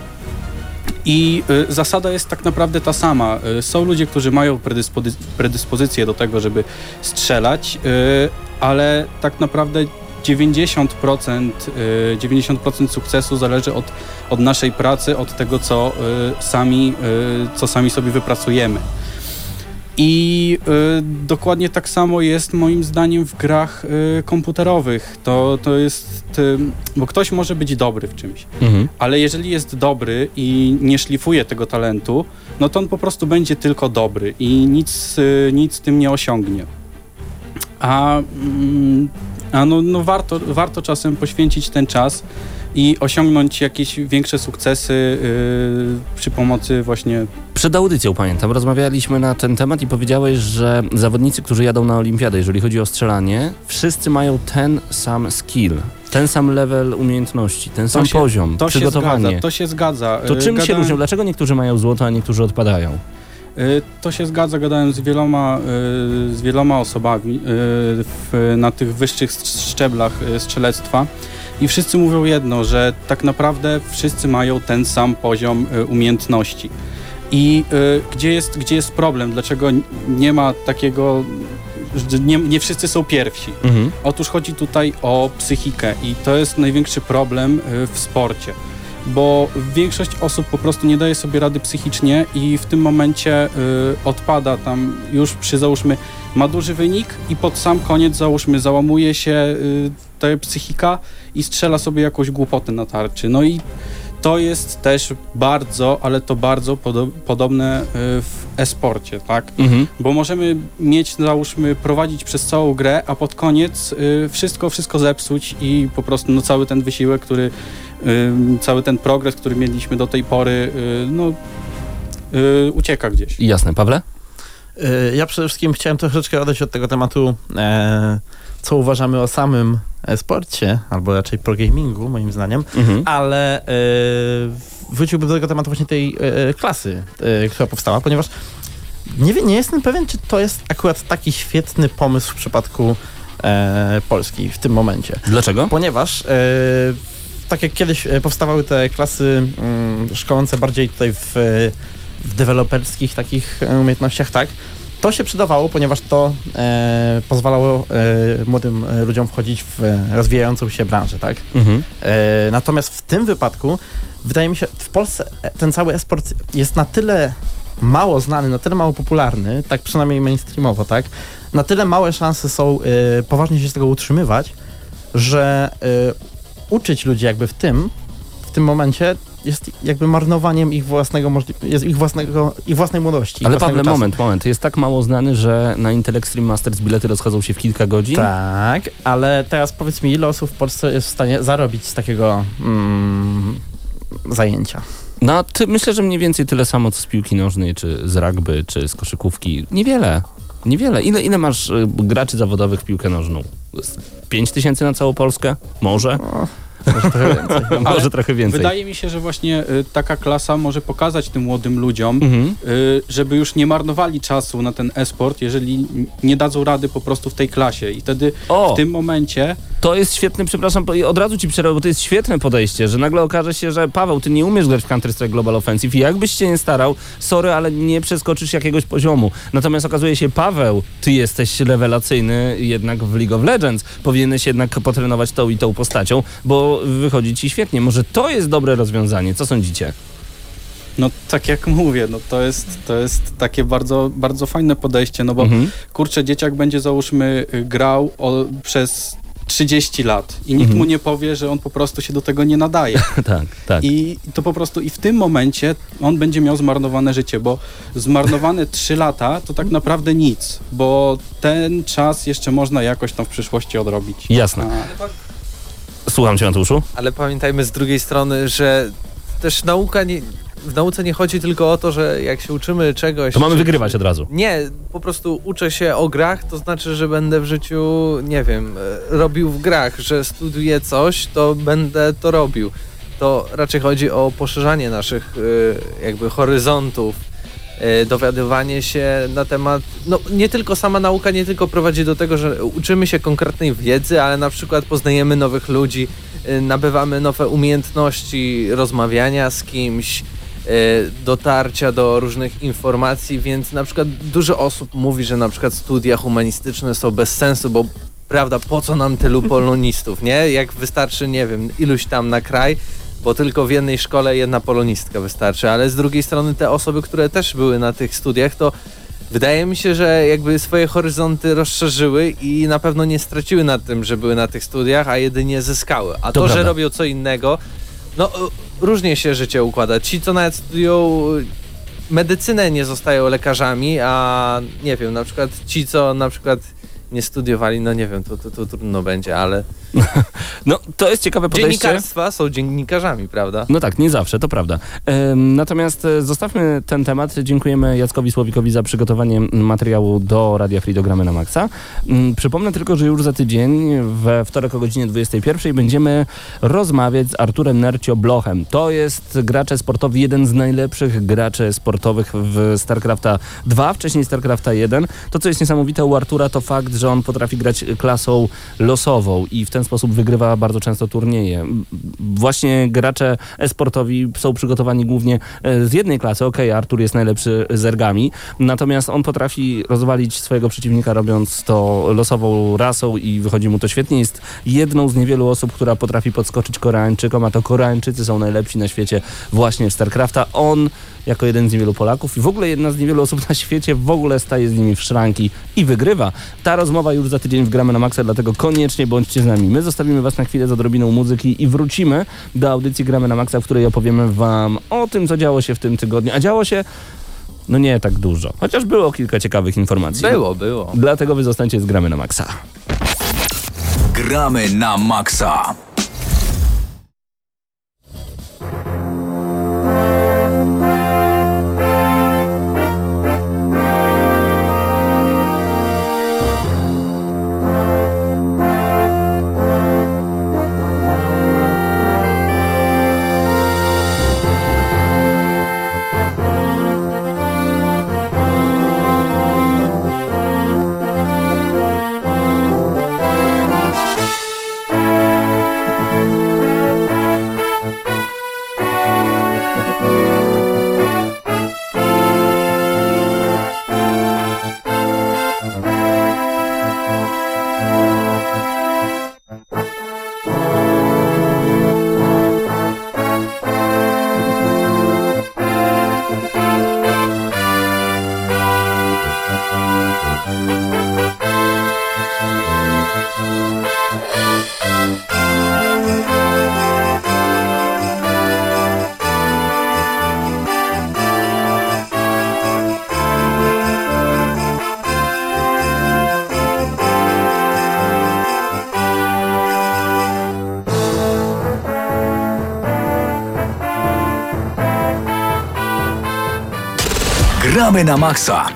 S6: I y, zasada jest tak naprawdę ta sama. Y, są ludzie, którzy mają predyspozy- predyspozycję do tego, żeby strzelać, y, ale tak naprawdę dziewięćdziesiąt procent, y, dziewięćdziesiąt procent sukcesu zależy od, od naszej pracy, od tego, co, y, sami, y, co sami sobie wypracujemy. I y, dokładnie tak samo jest moim zdaniem w grach y, komputerowych. To, to jest, y, bo ktoś może być dobry w czymś, mhm. ale jeżeli jest dobry i nie szlifuje tego talentu, no to on po prostu będzie tylko dobry i nic, y, nic tym nie osiągnie. A, mm, a no, no warto, warto czasem poświęcić ten czas i osiągnąć jakieś większe sukcesy yy, przy pomocy właśnie...
S2: Przed audycją, pamiętam, rozmawialiśmy na ten temat i powiedziałeś, że zawodnicy, którzy jadą na olimpiadę, jeżeli chodzi o strzelanie, wszyscy mają ten sam skill, ten sam level umiejętności, ten sam
S6: się,
S2: poziom,
S6: to
S2: przygotowanie.
S6: Się zgadza, to się zgadza.
S2: To czym
S6: Gadałem...
S2: się różnią? Dlaczego niektórzy mają złoto, a niektórzy odpadają?
S6: Yy, to się zgadza, gadałem z wieloma, yy, z wieloma osobami yy, w, na tych wyższych szczeblach yy, strzelectwa. I wszyscy mówią jedno, że tak naprawdę wszyscy mają ten sam poziom y, umiejętności. I y, gdzie, jest, gdzie jest problem? Dlaczego nie ma takiego, że nie, nie wszyscy są pierwsi? Mhm. Otóż chodzi tutaj o psychikę i to jest największy problem y, w sporcie. Bo większość osób po prostu nie daje sobie rady psychicznie i w tym momencie y, odpada tam już przy, załóżmy, ma duży wynik i pod sam koniec, załóżmy, załamuje się y, ta psychika i strzela sobie jakąś głupotę na tarczy. No i to jest też bardzo, ale to bardzo podo- podobne y, w e-sporcie, tak? Mhm. Bo możemy mieć, załóżmy, prowadzić przez całą grę, a pod koniec y, wszystko, wszystko zepsuć i po prostu no, cały ten wysiłek, który y, cały ten progres, który mieliśmy do tej pory, y, no y, ucieka gdzieś.
S2: Jasne. Pawle?
S5: Ja przede wszystkim chciałem troszeczkę odejść od tego tematu, e, co uważamy o samym e-sporcie, albo raczej pro-gamingu, moim zdaniem, mhm. ale e, wróciłbym do tego tematu właśnie tej e, klasy, e, która powstała, ponieważ nie, nie jestem pewien, czy to jest akurat taki świetny pomysł w przypadku e, Polski w tym momencie.
S2: Dlaczego?
S5: Ponieważ e, tak jak kiedyś powstawały te klasy mm, szkolące bardziej tutaj w w deweloperskich takich umiejętnościach, tak, to się przydawało, ponieważ to e, pozwalało e, młodym ludziom wchodzić w rozwijającą się branżę, tak. Mhm. E, natomiast w tym wypadku, wydaje mi się, w Polsce ten cały e-sport jest na tyle mało znany, na tyle mało popularny, tak przynajmniej mainstreamowo, tak, na tyle małe szanse są e, poważnie się z tego utrzymywać, że e, uczyć ludzi jakby w tym, w tym momencie jest jakby marnowaniem ich własnego, możli- ich własnego, ich własnej młodości.
S2: Ale Pawle, moment, moment. Jest tak mało znany, że na Intel Extreme Masters bilety rozchodzą się w kilka godzin?
S5: Tak, ale teraz powiedz mi, ile osób w Polsce jest w stanie zarobić z takiego mm, zajęcia?
S2: No, ty, myślę, że mniej więcej tyle samo, co z piłki nożnej, czy z rugby, czy z koszykówki. Niewiele. Niewiele. Ile, ile masz y, graczy zawodowych w piłkę nożną? Pięć tysięcy na całą Polskę? Może? O.
S5: Może trochę więcej.
S2: Może trochę więcej.
S6: Wydaje mi się, że właśnie y, taka klasa może pokazać tym młodym ludziom, mhm. y, żeby już nie marnowali czasu na ten e-sport, jeżeli nie dadzą rady po prostu w tej klasie. I wtedy o, w tym momencie...
S2: To jest świetne, przepraszam, od razu ci przerwę, bo to jest świetne podejście, że nagle okaże się, że Paweł, ty nie umiesz grać w Counter-Strike Global Offensive i jakbyś się nie starał, sorry, ale nie przeskoczysz jakiegoś poziomu. Natomiast okazuje się, Paweł, ty jesteś rewelacyjny jednak w League of Legends. Powinieneś jednak potrenować tą i tą postacią, bo wychodzi ci świetnie. Może to jest dobre rozwiązanie. Co sądzicie?
S6: No tak jak mówię, no to jest, to jest takie bardzo, bardzo fajne podejście, no bo
S2: Mhm.
S6: kurczę, dzieciak będzie załóżmy grał o, przez trzydzieści lat i nikt
S2: Mhm.
S6: mu nie powie, że on po prostu się do tego nie nadaje.
S2: tak, tak.
S6: I to po prostu i w tym momencie on będzie miał zmarnowane życie, bo zmarnowane trzy lata to tak naprawdę nic, bo ten czas jeszcze można jakoś tam w przyszłości odrobić.
S2: Jasne.
S6: A,
S2: Słucham cię, Mateuszu.
S3: Ale pamiętajmy z drugiej strony, że też nauka nie, w nauce nie chodzi tylko o to, że jak się uczymy czegoś...
S2: To mamy
S3: czy-
S2: wygrywać od razu.
S3: Nie, po prostu uczę się o grach, to znaczy, że będę w życiu, nie wiem, e, robił w grach, że studiuję coś, to będę to robił. To raczej chodzi o poszerzanie naszych e, jakby horyzontów, e, dowiadywanie się na temat, no nie tylko sama nauka, nie tylko prowadzi do tego, że uczymy się konkretnej wiedzy, ale na przykład poznajemy nowych ludzi, e, nabywamy nowe umiejętności rozmawiania z kimś, dotarcia do różnych informacji, więc na przykład dużo osób mówi, że na przykład studia humanistyczne są bez sensu, bo prawda, po co nam tylu polonistów, nie? Jak wystarczy, nie wiem, iluś tam na kraj, bo tylko w jednej szkole jedna polonistka wystarczy, ale z drugiej strony te osoby, które też były na tych studiach, to wydaje mi się, że jakby swoje horyzonty rozszerzyły i na pewno nie straciły na tym, że były na tych studiach, a jedynie zyskały. A to,
S2: To
S3: że
S2: prawda.
S3: robią co innego, no różnie się życie układa. Ci, co nawet studiują medycynę, nie zostają lekarzami, a nie wiem, na przykład ci, co na przykład nie studiowali, no nie wiem, to, to, to trudno będzie, ale...
S2: No, to jest ciekawe podejście.
S3: Dziennikarstwa są dziennikarzami, prawda?
S2: No tak, nie zawsze, to prawda. Ym, natomiast e, zostawmy ten temat. Dziękujemy Jackowi Słowikowi za przygotowanie materiału do Radia Free, do Gramy na Maxa. Ym, przypomnę tylko, że już za tydzień, we wtorek o godzinie dwudziestej pierwszej będziemy rozmawiać z Arturem Nercio-Blochem. To jest gracz sportowy, jeden z najlepszych graczy sportowych w StarCrafta dwa, wcześniej StarCrafta jeden. To, co jest niesamowite u Artura, to fakt, że on potrafi grać klasą losową i w ten sposób wygrywa bardzo często turnieje. Właśnie gracze e-sportowi są przygotowani głównie z jednej klasy. Okej, okay, Artur jest najlepszy zergami, natomiast on potrafi rozwalić swojego przeciwnika, robiąc to losową rasą i wychodzi mu to świetnie. Jest jedną z niewielu osób, która potrafi podskoczyć Koreańczykom, a to Koreańczycy są najlepsi na świecie właśnie w StarCrafta. On jako jeden z niewielu Polaków i w ogóle jedna z niewielu osób na świecie w ogóle staje z nimi w szranki i wygrywa. Ta rozmowa już za tydzień w Gramy na Maxa, dlatego koniecznie bądźcie z nami. My zostawimy was na chwilę z odrobiną muzyki i wrócimy do audycji Gramy na Maxa, w której opowiemy wam o tym, co działo się w tym tygodniu. A działo się, no nie tak dużo, chociaż było kilka ciekawych informacji.
S3: Było, było.
S2: Dlatego wy zostańcie z Gramy na Maxa.
S1: Gramy na Maxa. Gramy na Maxa.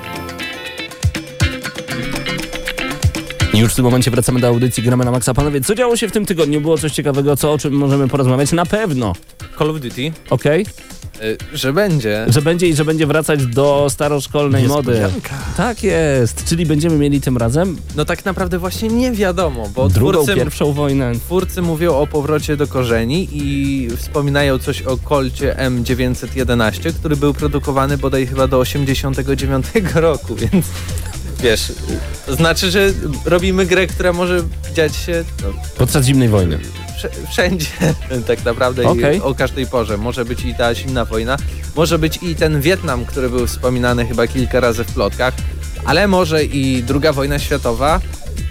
S2: I już w tym momencie wracamy do audycji Gramy na Maxa. Panowie, co działo się w tym tygodniu? Było coś ciekawego, co, o czym możemy porozmawiać? Na pewno.
S3: Call of Duty.
S2: Okej?
S3: Y, że będzie.
S2: Że będzie i że będzie wracać do staroszkolnej mody. Tak jest. Czyli będziemy mieli tym razem
S3: No tak naprawdę właśnie nie wiadomo, bo
S2: drugą,
S3: twórcy,
S2: pierwszą wojnę.
S3: twórcy mówią o powrocie do korzeni i wspominają coś o Colcie M dziewięćset jedenaście, który był produkowany bodaj chyba do osiemdziesiątego dziewiątego roku, więc wiesz, to znaczy, że robimy grę, która może dziać się no,
S2: podczas zimnej wojny.
S3: wszędzie tak naprawdę
S2: Okay.
S3: i o każdej porze. Może być i ta zimna wojna, może być i ten Wietnam, który był wspominany chyba kilka razy w plotkach, ale może i druga wojna światowa.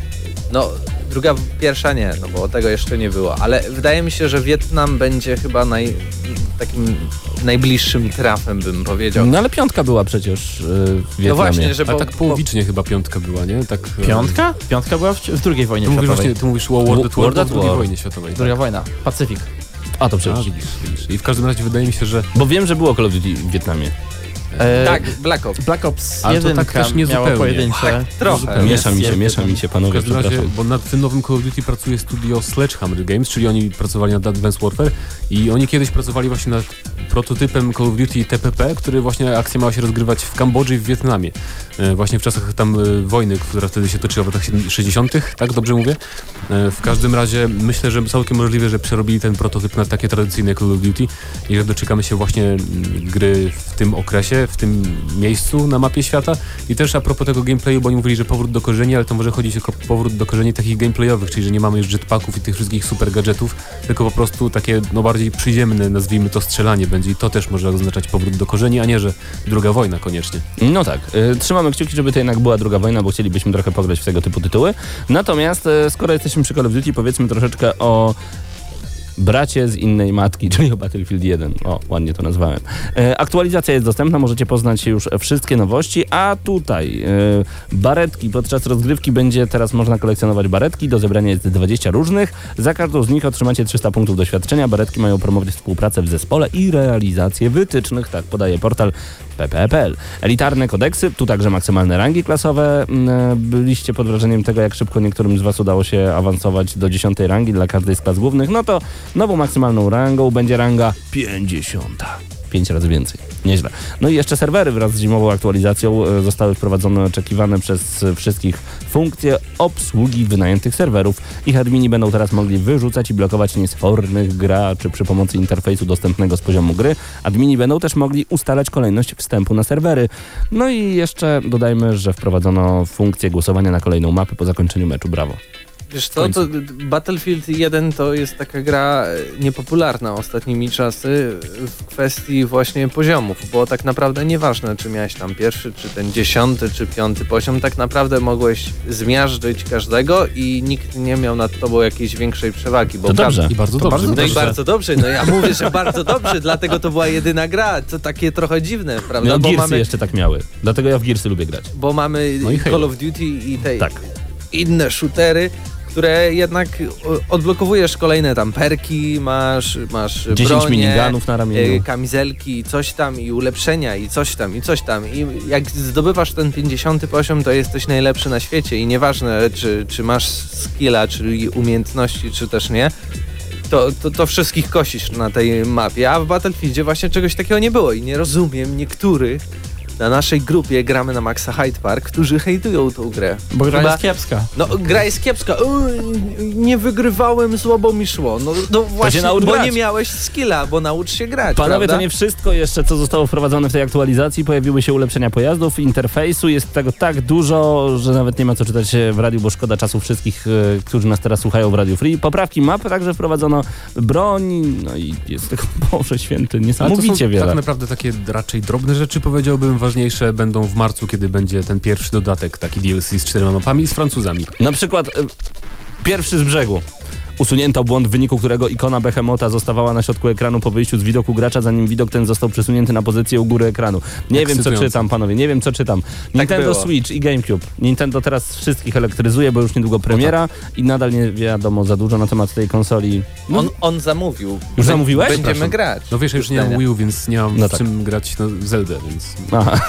S3: No, druga, pierwsza nie, no bo tego jeszcze nie było, ale wydaje mi się, że Wietnam będzie chyba naj, takim najbliższym trafem, bym powiedział.
S2: No ale piątka była przecież yy, w Wietnamie.
S3: No właśnie, że
S4: A
S3: po,
S4: tak połowicznie po... chyba piątka była, nie? Tak,
S5: Piątka? Piątka była w, w drugiej wojnie
S4: ty mówisz,
S5: światowej.
S4: właśnie, ty mówisz o World at War,
S2: World at
S4: o drugiej
S2: War.
S4: wojnie światowej.
S5: Druga wojna, Pacyfik.
S2: A to
S4: A,
S2: przecież.
S4: widzisz, widzisz. I w każdym razie wydaje mi się, że...
S2: Bo wiem, że było Call of Duty w Wietnamie.
S5: E,
S3: tak, Black Ops.
S5: Black Ops
S4: Ale to
S5: jeden
S4: tak też nie
S5: miało
S4: zupełnie.
S5: pojedyncze.
S3: Tak, trochę.
S2: Miesza mi się,
S5: Jest
S2: miesza
S5: jeden.
S2: mi się,
S4: W
S2: panowie,
S4: każdym razie,
S2: przepraszam.
S4: bo nad tym nowym Call of Duty pracuje studio Sledgehammer Games, czyli oni pracowali nad Advanced Warfare i oni kiedyś pracowali właśnie nad prototypem Call of Duty T P P, który właśnie akcja miała się rozgrywać w Kambodży i w Wietnamie. E, właśnie w czasach tam e, wojny, która wtedy się toczyła w latach sześćdziesiątych, tak dobrze mówię? E, w każdym razie myślę, że całkiem możliwe, że przerobili ten prototyp na takie tradycyjne Call of Duty i że doczekamy się właśnie mm, gry w tym okresie, w tym miejscu na mapie świata. I też a propos tego gameplayu, bo oni mówili, że powrót do korzeni, ale to może chodzić o powrót do korzeni takich gameplayowych, czyli że nie mamy już jetpacków i tych wszystkich super gadżetów, tylko po prostu takie no bardziej przyziemne, nazwijmy to, strzelanie będzie i to też może oznaczać powrót do korzeni, a nie, że druga wojna koniecznie.
S2: No tak, y, trzymamy kciuki, żeby to jednak była druga wojna, bo chcielibyśmy trochę pograć w tego typu tytuły. Natomiast y, skoro jesteśmy przy Call of Duty, powiedzmy troszeczkę o bracie z innej matki, czyli o Battlefield jeden. O, ładnie to nazwałem. E, aktualizacja jest dostępna, możecie poznać już wszystkie nowości, a tutaj e, baretki. Podczas rozgrywki będzie teraz można kolekcjonować baretki. Do zebrania jest dwadzieścia różnych. Za każdą z nich otrzymacie trzysta punktów doświadczenia. Baretki mają promować współpracę w zespole i realizację wytycznych, tak podaje portal p p kropka p l. Elitarne kodeksy, tu także maksymalne rangi klasowe. Byliście pod wrażeniem tego, jak szybko niektórym z Was udało się awansować do dziesiątej rangi dla każdej z klas głównych. No to nową maksymalną rangą będzie ranga pięćdziesiąta. Pięć razy więcej. Nieźle. No i jeszcze serwery wraz z zimową aktualizacją zostały wprowadzone oczekiwane przez wszystkich funkcje obsługi wynajętych serwerów. Ich admini będą teraz mogli wyrzucać i blokować niesfornych graczy przy pomocy interfejsu dostępnego z poziomu gry. Admini będą też mogli ustalać kolejność wstępu na serwery. No i jeszcze dodajmy, że wprowadzono funkcję głosowania na kolejną mapę po zakończeniu meczu. Brawo.
S3: Wiesz co, to Battlefield jeden to jest taka gra niepopularna ostatnimi czasy w kwestii właśnie poziomów, bo tak naprawdę nieważne, czy miałeś tam pierwszy, czy ten dziesiąty, czy piąty poziom, tak naprawdę mogłeś zmiażdżyć każdego i nikt nie miał nad tobą jakiejś większej przewagi. Bo
S2: to dobrze.
S4: I bardzo
S3: to
S4: dobrze.
S3: Bardzo, no
S4: dobrze.
S3: i bardzo dobrze, no ja mówię, że bardzo dobrze, dlatego to była jedyna gra, to takie trochę dziwne, prawda?
S2: No
S3: bo
S2: Gearsy
S3: mamy,
S2: jeszcze tak miały, dlatego ja w Gearsy lubię grać.
S3: bo mamy
S2: No i
S3: Call of Duty i te
S2: tak.
S3: inne shootery, które jednak odblokowujesz kolejne tam perki, masz, masz
S2: dziesięć
S3: bronie,
S2: minigunów na ramieniu,
S3: e, kamizelki, coś tam i ulepszenia i coś tam i coś tam i jak zdobywasz ten pięćdziesiąty poziom, to jesteś najlepszy na świecie i nieważne czy, czy masz skilla, czyli umiejętności, czy też nie, to, to, to wszystkich kosisz na tej mapie, a w Battlefieldzie właśnie czegoś takiego nie było i nie rozumiem niektórych na naszej grupie Gramy na Maxa Hyde Park, którzy hejtują tą grę.
S5: Bo gra
S3: Chyba,
S5: jest kiepska.
S3: No, gra jest kiepska. O, nie wygrywałem, słabo mi szło. No, no właśnie,
S2: naucz
S3: bo
S2: grać.
S3: nie miałeś skilla, bo naucz się grać,
S2: Panowie,
S3: prawda?
S2: to nie wszystko jeszcze, co zostało wprowadzone w tej aktualizacji. Pojawiły się ulepszenia pojazdów, interfejsu. Jest tego tak dużo, że nawet nie ma co czytać w radiu, bo szkoda czasu wszystkich, y, którzy nas teraz słuchają w Radio Free. Poprawki map, także wprowadzono broń, no i jest tego, Boże Święty,
S4: Ale to
S2: niesamowicie
S4: są
S2: wiele.
S4: tak naprawdę takie raczej drobne rzeczy, powiedziałbym, ważniejsze będą w marcu, kiedy będzie ten pierwszy dodatek, taki D L C z czterema mapami z Francuzami.
S2: Na przykład y, pierwszy z brzegu. Usunięto błąd, w wyniku którego ikona Behemota zostawała na środku ekranu po wyjściu z widoku gracza, zanim widok ten został przesunięty na pozycję u góry ekranu. Nie wiem, co czytam, panowie, nie wiem, co czytam. Nintendo
S3: było.
S2: Switch i GameCube. Nintendo teraz wszystkich elektryzuje, bo już niedługo premiera i nadal nie wiadomo za dużo na temat tej konsoli. No,
S3: On, on zamówił.
S2: Już
S3: Bę-
S2: zamówiłeś?
S3: Będziemy
S2: Przepraszam.
S3: grać.
S4: No wiesz, ja już nie mam Wii U, więc nie mam
S2: No
S4: z
S2: tak.
S4: czym grać na Zeldę, więc...
S2: Aha.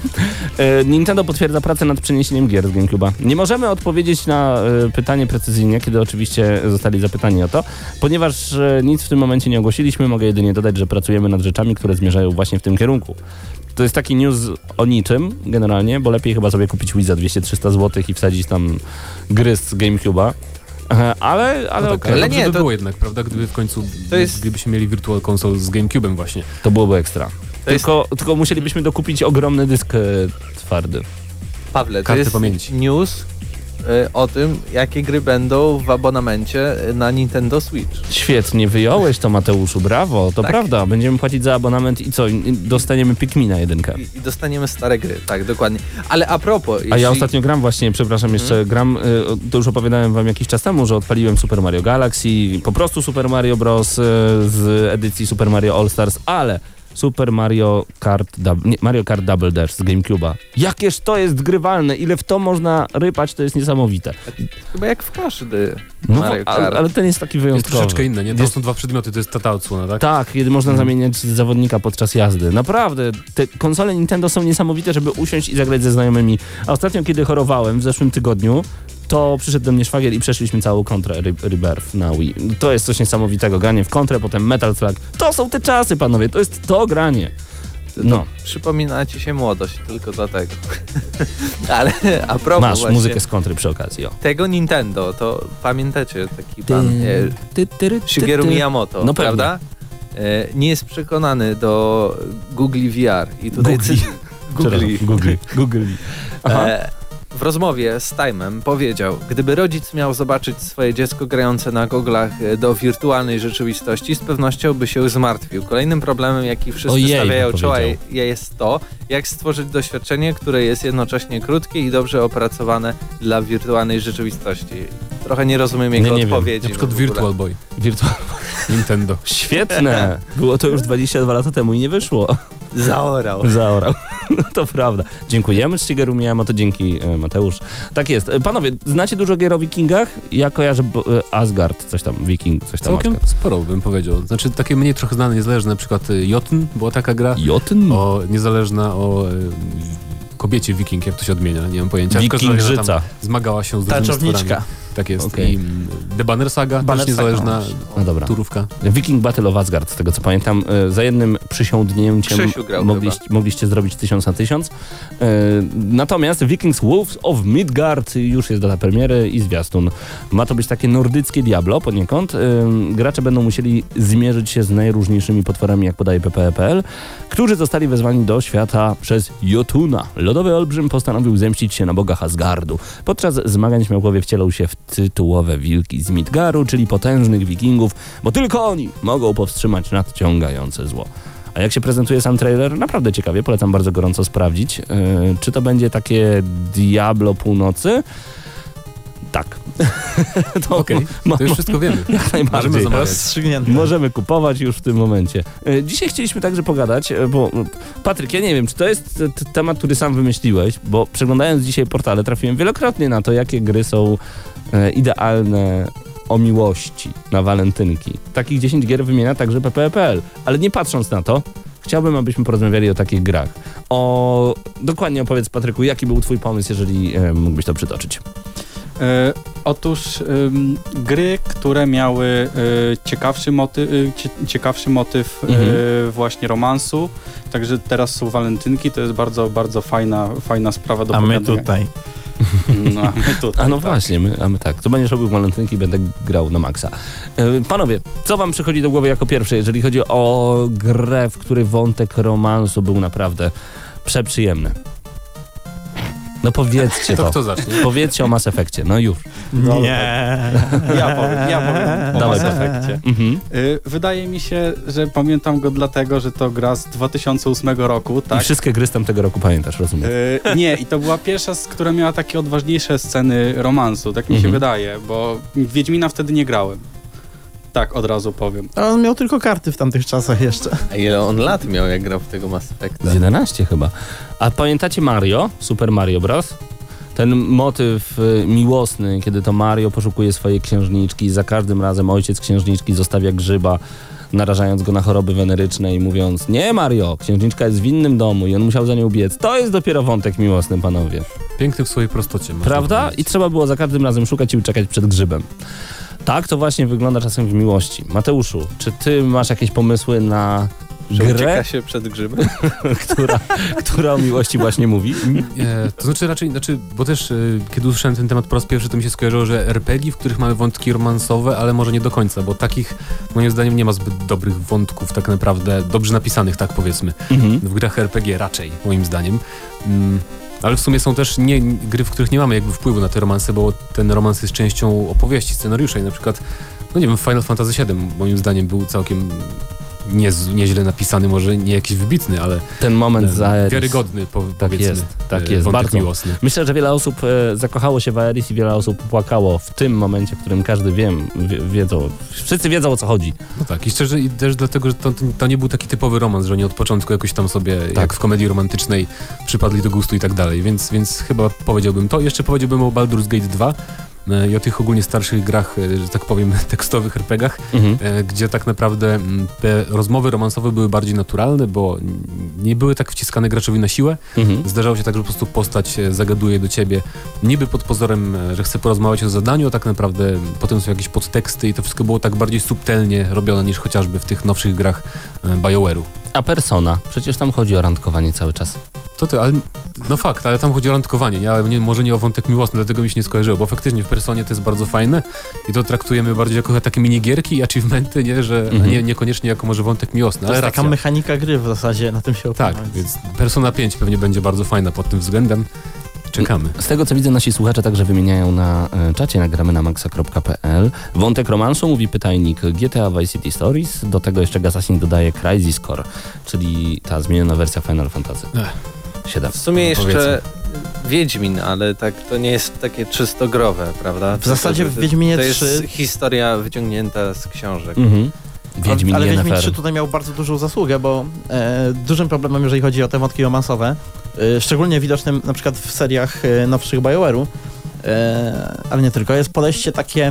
S2: E, Nintendo potwierdza pracę nad przeniesieniem gier z GameCube'a. Nie możemy odpowiedzieć na e, pytanie precyzyjnie, kiedy oczywiście zostali zapytani o to, ponieważ e, nic w tym momencie nie ogłosiliśmy. Mogę jedynie dodać, że pracujemy nad rzeczami, które zmierzają właśnie w tym kierunku. To jest taki news o niczym generalnie, bo lepiej chyba sobie kupić Wii za dwieście trzysta złotych i wsadzić tam gry z GameCube'a. E, Ale, ale
S4: No tak,
S2: okej.
S4: ale
S3: Ale
S4: dobrze
S3: nie,
S4: by
S3: to-
S4: było jednak, prawda? Gdyby w końcu,
S3: To jest-
S4: gdybyśmy mieli Virtual Console z GameCube'em właśnie.
S2: To byłoby ekstra.
S3: To jest-
S2: Tylko, tylko musielibyśmy dokupić ogromny dysk e, twardy.
S3: Pawle, to
S4: Karty
S3: jest
S4: pamięci.
S3: news, y, o tym, jakie gry będą w abonamencie na Nintendo Switch.
S2: Świetnie wyjąłeś to, Mateuszu, brawo, to
S3: Tak.
S2: prawda. Będziemy płacić za abonament i co? I dostaniemy Pikmina jedynkę.
S3: I, I dostaniemy stare gry, tak, dokładnie. Ale a propos...
S2: A
S3: jeśli...
S2: ja ostatnio gram właśnie, przepraszam, jeszcze
S3: Mhm.
S2: gram, y, to już opowiadałem wam jakiś czas temu, że odpaliłem Super Mario Galaxy, po prostu Super Mario Bros. y, z edycji Super Mario All Stars, ale Super Mario Kart, Dub- nie, Mario Kart Double Dash z GameCube'a. Jakież to jest grywalne, ile w to można rypać, to jest niesamowite.
S3: Chyba jak w każdy
S2: No,
S3: Mario Kart.
S2: ale, ale ten jest taki
S4: Jest
S2: wyjątkowy.
S4: troszeczkę inne, nie? Tam
S2: Jest-
S4: są dwa przedmioty, to jest ta, ta odsłona, tak?
S2: Tak, kiedy można
S4: Mhm.
S2: zamieniać zawodnika podczas jazdy. Naprawdę, te konsole Nintendo są niesamowite, żeby usiąść i zagrać ze znajomymi. A ostatnio, kiedy chorowałem w zeszłym tygodniu, to przyszedł do mnie szwagier i przeszliśmy całą kontrę Re- Rebirth na Wii. To jest coś niesamowitego. Granie w kontrę, potem Metal Slug. To są te czasy, panowie, to jest to granie. No.
S3: Przypomina ci się młodość, tylko dlatego. Ale a propos
S2: Masz
S3: właśnie
S2: muzykę z kontry przy okazji, o.
S3: tego Nintendo, to pamiętacie taki pan
S2: Ty,
S3: e,
S2: ty, ty, ty,
S3: Shigeru
S2: ty.
S3: Miyamoto,
S2: No pewnie.
S3: prawda? E, nie jest przekonany do Google V R. I tutaj
S2: Googli.
S3: cy- Googli.
S2: Google. Google. Aha.
S3: E, w rozmowie z Time'em powiedział, gdyby rodzic miał zobaczyć swoje dziecko grające na goglach e, do wirtualnej rzeczywistości, z pewnością by się zmartwił. Kolejnym problemem, jaki wszyscy
S2: Ojej,
S3: stawiają czoła,
S2: powiedział.
S3: jest to, jak stworzyć doświadczenie, które jest jednocześnie krótkie i dobrze opracowane dla wirtualnej rzeczywistości. Trochę nie rozumiem jego
S2: Nie, nie wiem.
S3: odpowiedzi.
S4: Na przykład
S3: w ogóle.
S4: Virtual Boy,
S2: Wirtual.
S4: Nintendo.
S2: Świetne! Było to już dwadzieścia dwa lata temu i nie wyszło.
S3: Zaorał.
S2: Zaorał. No to prawda. Dziękujemy Shigeru Miyamoto, dzięki e, Mateusz. Tak jest. E, Panowie, znacie dużo gier o wikingach? Ja kojarzę bo, e, Asgard, coś tam, wiking, coś tam.
S4: Całkiem
S2: Asgard.
S4: sporo bym powiedział. Znaczy takie mniej trochę znane, niezależne, na przykład y, Jotun, była taka gra.
S2: Jotun?
S4: O, niezależna o y, kobiecie wiking, jak to się odmienia, nie mam pojęcia. W każdym razie ona tam
S2: Wikingżyca.
S4: zmagała się z różnymi
S5: Tarczowniczka.
S4: stworami. Tak jest.
S2: Okej.
S4: I mm, The Banner Saga,
S5: Banner
S4: też
S5: Saga,
S4: niezależna
S2: No dobra.
S4: turówka.
S2: Viking Battle of Asgard, z tego co pamiętam, e, za jednym przysiągnięciem
S3: Krzysiu grał
S2: mogliście, mogliście zrobić tysiąc na tysiąc. E, natomiast Vikings Wolves of Midgard już jest data premiery i zwiastun. Ma to być takie nordyckie Diablo poniekąd. E, gracze będą musieli zmierzyć się z najróżniejszymi potworami, jak podaje P P E kropka P L, którzy zostali wezwani do świata przez Jotuna. Lodowy olbrzym postanowił zemścić się na bogach Asgardu. Podczas zmagań śmiałkowie wcielą się w tytułowe wilki z Midgaru, czyli potężnych wikingów, bo tylko oni mogą powstrzymać nadciągające zło. A jak się prezentuje sam trailer? Naprawdę ciekawie, polecam bardzo gorąco sprawdzić. Yy, czy to będzie takie Diablo północy? Tak. to
S4: Okej,
S2: ma-
S4: to już wszystko wiemy.
S2: Jak
S4: Możemy
S2: najbardziej.
S4: zamawiać.
S5: Rozstrzygnięte.
S2: Możemy kupować już w tym momencie. E, Dzisiaj chcieliśmy także pogadać, e, bo e, Patryk, ja nie wiem, czy to jest t- t- temat, który sam wymyśliłeś, bo przeglądając dzisiaj portale trafiłem wielokrotnie na to, jakie gry są e, idealne o miłości na walentynki. Takich dziesięć gier wymienia także P P E kropka P L, ale nie patrząc na to, chciałbym, abyśmy porozmawiali o takich grach. O... Dokładnie opowiedz, Patryku, jaki był twój pomysł, jeżeli e, mógłbyś to przytoczyć.
S6: E, otóż ym, gry, które miały e, ciekawszy, moty, e, cie, ciekawszy motyw e,
S2: Mhm.
S6: właśnie romansu, także teraz są walentynki, to jest bardzo, bardzo fajna, fajna sprawa do
S5: A my
S6: pogadania.
S5: tutaj.
S6: No, a my tutaj.
S2: A no
S6: tak.
S2: właśnie, my, a my tak. To będziesz robił walentynki i będę grał na maksa. E, Panowie, co wam przychodzi do głowy jako pierwsze, jeżeli chodzi o grę, w której wątek romansu był naprawdę przeprzyjemny? No powiedzcie
S4: To
S2: to.
S4: kto zacznie?
S2: Powiedzcie o Mass Effectie, no już.
S5: Nie.
S6: Ja powiem, ja powiem o
S2: Dawaj,
S6: Mass
S2: Patryk.
S6: Effectie.
S2: Mhm.
S6: Y, Wydaje mi się, że pamiętam go dlatego, że to gra z dwa tysiące ósmego roku,
S2: I
S6: tak?
S2: wszystkie gry z tamtego roku pamiętasz, rozumiem.
S6: Y, nie, i to była pierwsza, z która miała takie odważniejsze sceny romansu, tak mi się
S2: Mhm.
S6: wydaje, bo w Wiedźmina wtedy nie grałem. Tak, od razu powiem.
S5: A on miał tylko karty w tamtych czasach jeszcze.
S3: A ile on lat miał, jak grał w tego Mass Effecta?
S2: Z jedenaście chyba. A pamiętacie Mario? Super Mario Bros? Ten motyw y, miłosny, kiedy to Mario poszukuje swojej księżniczki i za każdym razem ojciec księżniczki zostawia grzyba, narażając go na choroby weneryczne i mówiąc: nie Mario, księżniczka jest w innym domu i on musiał za nią biec. To jest dopiero wątek miłosny, panowie.
S4: Piękny w swojej prostocie. można
S2: Prawda? I
S4: powiedzieć.
S2: trzeba było za każdym razem szukać i uciekać przed grzybem. Tak to właśnie wygląda czasem w miłości. Mateuszu, czy ty masz jakieś pomysły na
S3: Że
S2: grę,
S3: ucieka się przed grzybem?
S2: która, która o miłości właśnie mówi?
S4: E, to znaczy raczej, znaczy, bo też e, kiedy usłyszałem ten temat po raz pierwszy, to mi się skojarzyło, że er pe gie, w których mamy wątki romansowe, ale może nie do końca, bo takich moim zdaniem nie ma zbyt dobrych wątków tak naprawdę, dobrze napisanych, tak powiedzmy,
S2: Mhm.
S4: w grach er pe gie raczej, moim zdaniem. Mm, Ale w sumie są też nie, gry, w których nie mamy jakby wpływu na te romanse, bo ten romans jest częścią opowieści, scenariusza i na przykład, no nie wiem, Final Fantasy siedem moim zdaniem był całkiem nie, nieźle napisany, może nie jakiś wybitny, ale
S2: ten moment z Aeris.
S4: Wiarygodny, po,
S2: tak
S4: powiedzmy.
S2: Jest, tak jest, bardzo
S4: miłosny.
S2: Myślę, że wiele osób e, zakochało się w Aeris i wiele osób płakało w tym momencie, w którym każdy wiem, wie, wiedzą, wszyscy wiedzą, o co chodzi.
S4: No tak, i szczerze i też dlatego, że to, to nie był taki typowy romans, że oni od początku jakoś tam sobie, tak. jak w komedii romantycznej, przypadli do gustu i tak dalej, więc, więc chyba powiedziałbym to. Jeszcze powiedziałbym o Baldur's Gate dwa, i o tych ogólnie starszych grach, że tak powiem, tekstowych er pe gach, mhm. gdzie tak naprawdę te rozmowy romansowe były bardziej naturalne, bo nie były tak wciskane graczowi na siłę. Mhm. Zdarzało się tak, że po prostu postać zagaduje do ciebie niby pod pozorem, że chce porozmawiać o zadaniu, a tak naprawdę potem są jakieś podteksty i to wszystko było tak bardziej subtelnie robione niż chociażby w tych nowszych grach BioWare'u.
S2: A Persona? Przecież tam chodzi o randkowanie cały czas.
S4: To ty, ale no fakt, ale tam chodzi o randkowanie, nie, ale nie, może nie o wątek miłosny, dlatego mi się nie skojarzyło, bo faktycznie w Personie to jest bardzo fajne i to traktujemy bardziej jako takie minigierki i achievementy, nie, że mhm. nie, niekoniecznie jako może wątek miłosny, ale
S5: to jest
S4: racja.
S5: taka mechanika gry w zasadzie, na tym się opiera.
S4: Tak, więc Persona pięć pewnie będzie bardzo fajna pod tym względem. Czekamy.
S2: Z tego co widzę, nasi słuchacze także wymieniają na e, czacie, nagramy na maxa kropka pe el. Wątek romansu, mówi pytajnik, G T A Vice City Stories, do tego jeszcze Assassin dodaje Crisis Core, czyli ta zmieniona wersja Final Fantasy siedem.
S3: W sumie jeszcze Wiedźmin, ale tak to nie jest takie czysto growe, prawda?
S5: W zasadzie w Wiedźminie
S3: to
S5: trzy...
S3: jest historia wyciągnięta z książek.
S2: Mhm. Wiedźmin
S5: ale Wiedźmin
S2: Yennefer.
S5: trzy tutaj miał bardzo dużą zasługę, bo e, dużym problemem, jeżeli chodzi o te wątki romansowe, e, szczególnie widocznym na przykład w seriach e, nowszych BioWare'u, e, ale nie tylko, jest podejście takie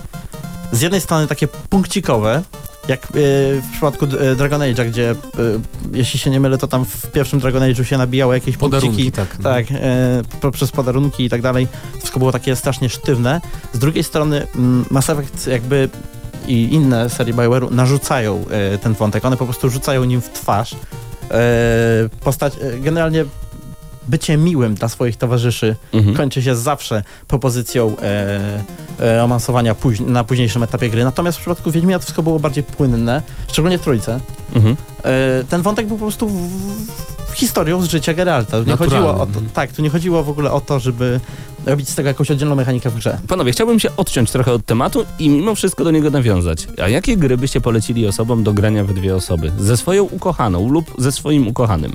S5: z jednej strony takie punkcikowe, jak e, w przypadku e, Dragon Age'a, gdzie e, jeśli się nie mylę, to tam w pierwszym Dragon Age'u się nabijało jakieś punkciki, tak, tak e, poprzez podarunki i tak dalej. Wszystko było takie strasznie sztywne. Z drugiej strony m, Mass Effect jakby i inne serie BioWare'u narzucają e, ten wątek. One po prostu rzucają nim w twarz. E, postać, e, generalnie bycie miłym dla swoich towarzyszy mhm. kończy się zawsze propozycją e, e, romansowania póź na późniejszym etapie gry. Natomiast w przypadku Wiedźmina to wszystko było bardziej płynne, szczególnie w trójce. Mhm. E, ten wątek był po prostu w, w historią z życia Geralta. Nie chodziło o to, tak, tu nie chodziło w ogóle o to, żeby robić z tego jakąś oddzielną mechanikę w grze.
S2: Panowie, chciałbym się odciąć trochę od tematu i mimo wszystko do niego nawiązać. A jakie gry byście polecili osobom do grania we dwie osoby? Ze swoją ukochaną lub ze swoim ukochanym?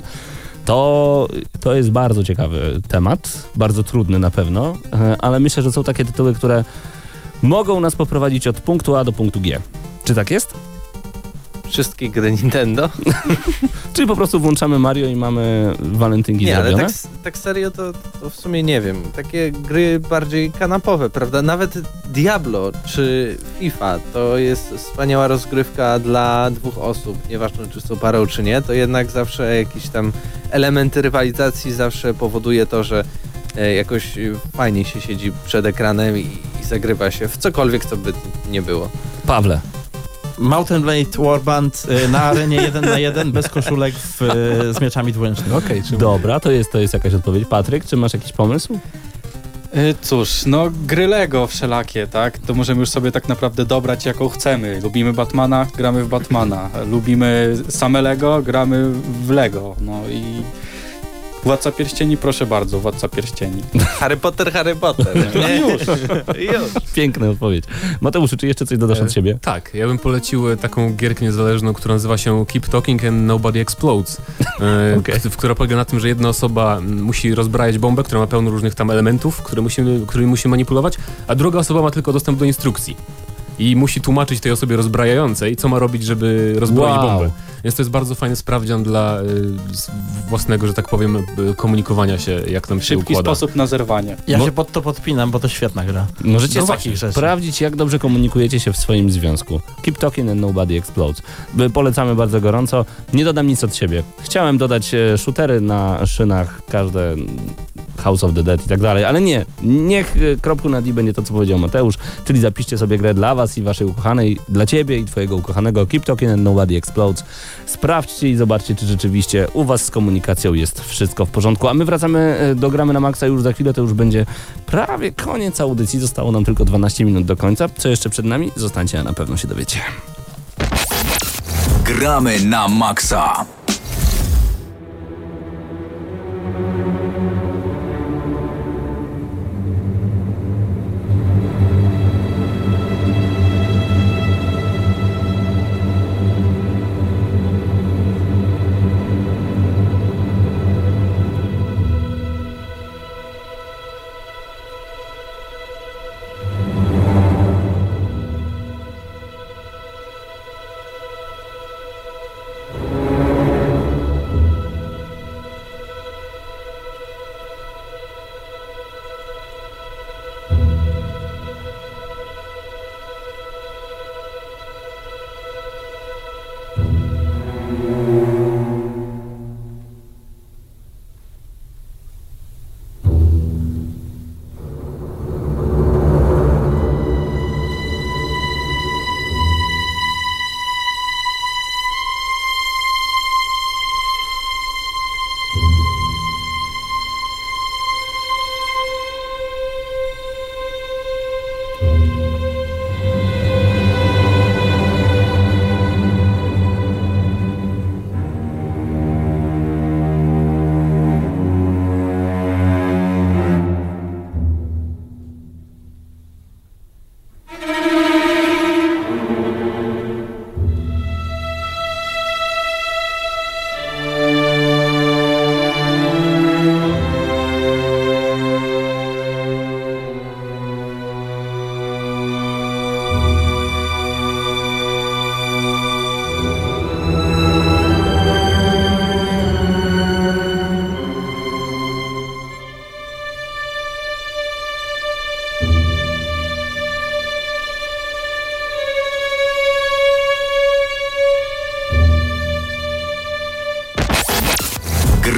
S2: To, to jest bardzo ciekawy temat, bardzo trudny na pewno, ale myślę, że są takie tytuły, które mogą nas poprowadzić od punktu A do punktu G. Czy tak jest?
S3: Wszystkie gry Nintendo?
S2: Czyli po prostu włączamy Mario i mamy walentynki
S3: nie,
S2: zrobione?
S3: Nie, ale tak, tak serio to, to w sumie nie wiem. Takie gry bardziej kanapowe, prawda? Nawet Diablo czy FIFA to jest wspaniała rozgrywka dla dwóch osób. Nieważne, czy są parą, czy nie, to jednak zawsze jakieś tam elementy rywalizacji zawsze powoduje to, że e, jakoś fajnie się siedzi przed ekranem i, i zagrywa się w cokolwiek, co by nie było.
S2: Pawle.
S5: Mountain Blade Warband y, na arenie jeden na jeden bez koszulek w, y, z mieczami dwuręcznymi.
S2: Okej, okay, dobra, to jest, to jest jakaś odpowiedź. Patryk, czy masz jakiś pomysł?
S6: Y, cóż, no gry Lego wszelakie, tak? To możemy już sobie tak naprawdę dobrać jaką chcemy. Lubimy Batmana, gramy w Batmana. Lubimy same Lego, gramy w Lego. No i Władca Pierścieni, proszę bardzo, Władca Pierścieni.
S3: Harry Potter, Harry Potter.
S6: Nie? Już.
S2: Już. Piękna odpowiedź. Mateuszu, czy jeszcze coś dodasz od siebie?
S4: E, tak, ja bym polecił taką gierkę niezależną, która nazywa się Keep Talking and Nobody Explodes, e, okay. k- która polega na tym, że jedna osoba musi rozbrajać bombę, która ma pełno różnych tam elementów, które musimy, którymi musi manipulować, a druga osoba ma tylko dostęp do instrukcji. I musi tłumaczyć tej osobie rozbrajającej, co ma robić, żeby rozbroić wow. bombę. Więc to jest bardzo fajny sprawdzian dla y, własnego, że tak powiem, y, komunikowania się, jak tam się
S6: Szybki
S4: układa.
S6: sposób na zerwanie.
S5: Ja
S2: Mo-
S5: się pod to podpinam, bo to świetna gra.
S2: Możecie
S5: no
S2: właśnie sprawdzić, jak dobrze komunikujecie się w swoim związku. Keep talking and nobody explodes. Polecamy bardzo gorąco. Nie dodam nic od siebie. Chciałem dodać e, shootery na szynach, każde House of the Dead i tak dalej, ale nie. Niech e, kropką nad i będzie to, co powiedział Mateusz, czyli zapiszcie sobie grę dla was i waszej ukochanej, dla ciebie i twojego ukochanego. Keep talking and nobody explodes. Sprawdźcie i zobaczcie, czy rzeczywiście u was z komunikacją jest wszystko w porządku. A my wracamy do Gramy na Maxa już za chwilę, to już będzie prawie koniec audycji. Zostało nam tylko dwanaście minut do końca. Co jeszcze przed nami? Zostańcie, a na pewno się dowiecie.
S1: Gramy na Maxa.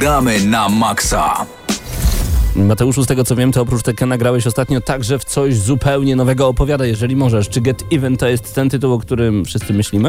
S1: Gramy na maksa.
S2: Mateuszzu, z tego co wiem, to oprócz Tekena grałeś ostatnio także w coś zupełnie nowego. Opowiadaj, jeżeli możesz. Czy Get Even to jest ten tytuł, o którym wszyscy myślimy?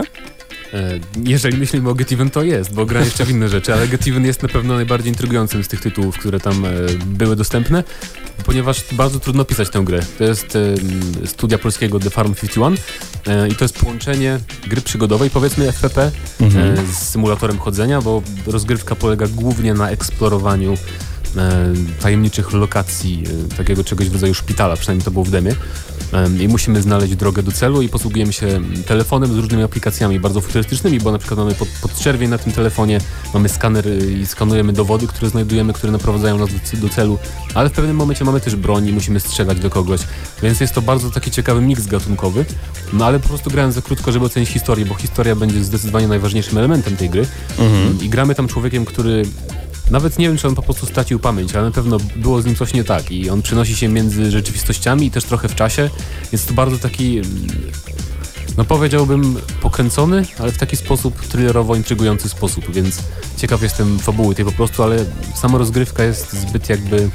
S4: Jeżeli myślimy o Get Even, to jest, bo gra jeszcze w inne rzeczy, ale Get Even jest na pewno najbardziej intrygującym z tych tytułów, które tam e, były dostępne, ponieważ bardzo trudno pisać tę grę. To jest e, studia polskiego The Farm pięćdziesiąt jeden e, i to jest połączenie gry przygodowej, powiedzmy F P P, mhm. e, z symulatorem chodzenia, bo rozgrywka polega głównie na eksplorowaniu e, tajemniczych lokacji, e, takiego czegoś w rodzaju szpitala, przynajmniej to było w demie. I musimy znaleźć drogę do celu i posługujemy się telefonem z różnymi aplikacjami bardzo futurystycznymi, bo na przykład mamy pod, podczerwień na tym telefonie, mamy skaner i skanujemy dowody, które znajdujemy, które naprowadzają nas do, do celu, ale w pewnym momencie mamy też broń i musimy strzelać do kogoś, więc jest to bardzo taki ciekawy miks gatunkowy, no ale po prostu grałem za krótko, żeby ocenić historię, bo historia będzie zdecydowanie najważniejszym elementem tej gry mhm. i gramy tam człowiekiem, który nawet nie wiem, czy on po prostu stracił pamięć, ale na pewno było z nim coś nie tak i on przenosi się między rzeczywistościami i też trochę w czasie. Jest to bardzo taki, no powiedziałbym, pokręcony, ale w taki sposób thrillerowo intrygujący sposób, więc ciekaw jestem fabuły tej po prostu, ale sama rozgrywka jest zbyt jakby...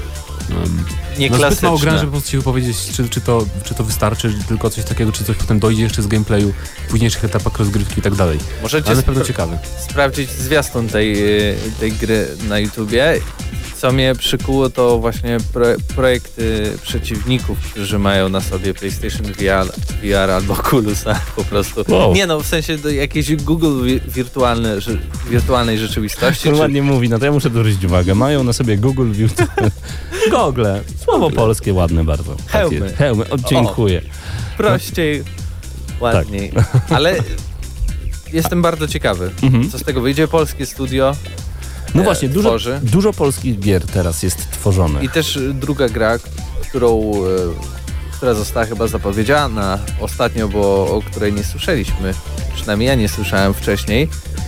S4: Um, no zbyt mało grałem, żeby po prostu się powiedzieć, czy, czy, to, czy to wystarczy, czy tylko coś takiego, czy coś potem dojdzie jeszcze z gameplayu, w późniejszych etapach rozgrywki i tak dalej.
S3: Możecie
S4: ale na pewno
S3: spra-
S4: ciekawy.
S3: sprawdzić zwiastun tej, tej gry na YouTubie. Co mnie przykuło, to właśnie pro, projekty przeciwników, którzy mają na sobie PlayStation V R, V R albo Oculusa po prostu. Wow. Nie no, w sensie do jakiejś Google wi- wirtualne, że, wirtualnej rzeczywistości.
S2: To czy... ładnie mówi, no to ja muszę zwrócić uwagę. Mają na sobie Google wirtualne. Gogle. Słowo Google. Polskie ładne bardzo.
S3: Hełmy.
S2: Tak Hełmy, o, dziękuję.
S3: O, prościej, ładniej. Tak. Ale jestem bardzo ciekawy, mhm. co z tego wyjdzie. Polskie studio.
S2: No właśnie, dużo, dużo polskich gier teraz jest tworzonych.
S3: I też druga gra, którą, która została chyba zapowiedziana ostatnio, bo o której nie słyszeliśmy. Przynajmniej ja nie słyszałem wcześniej.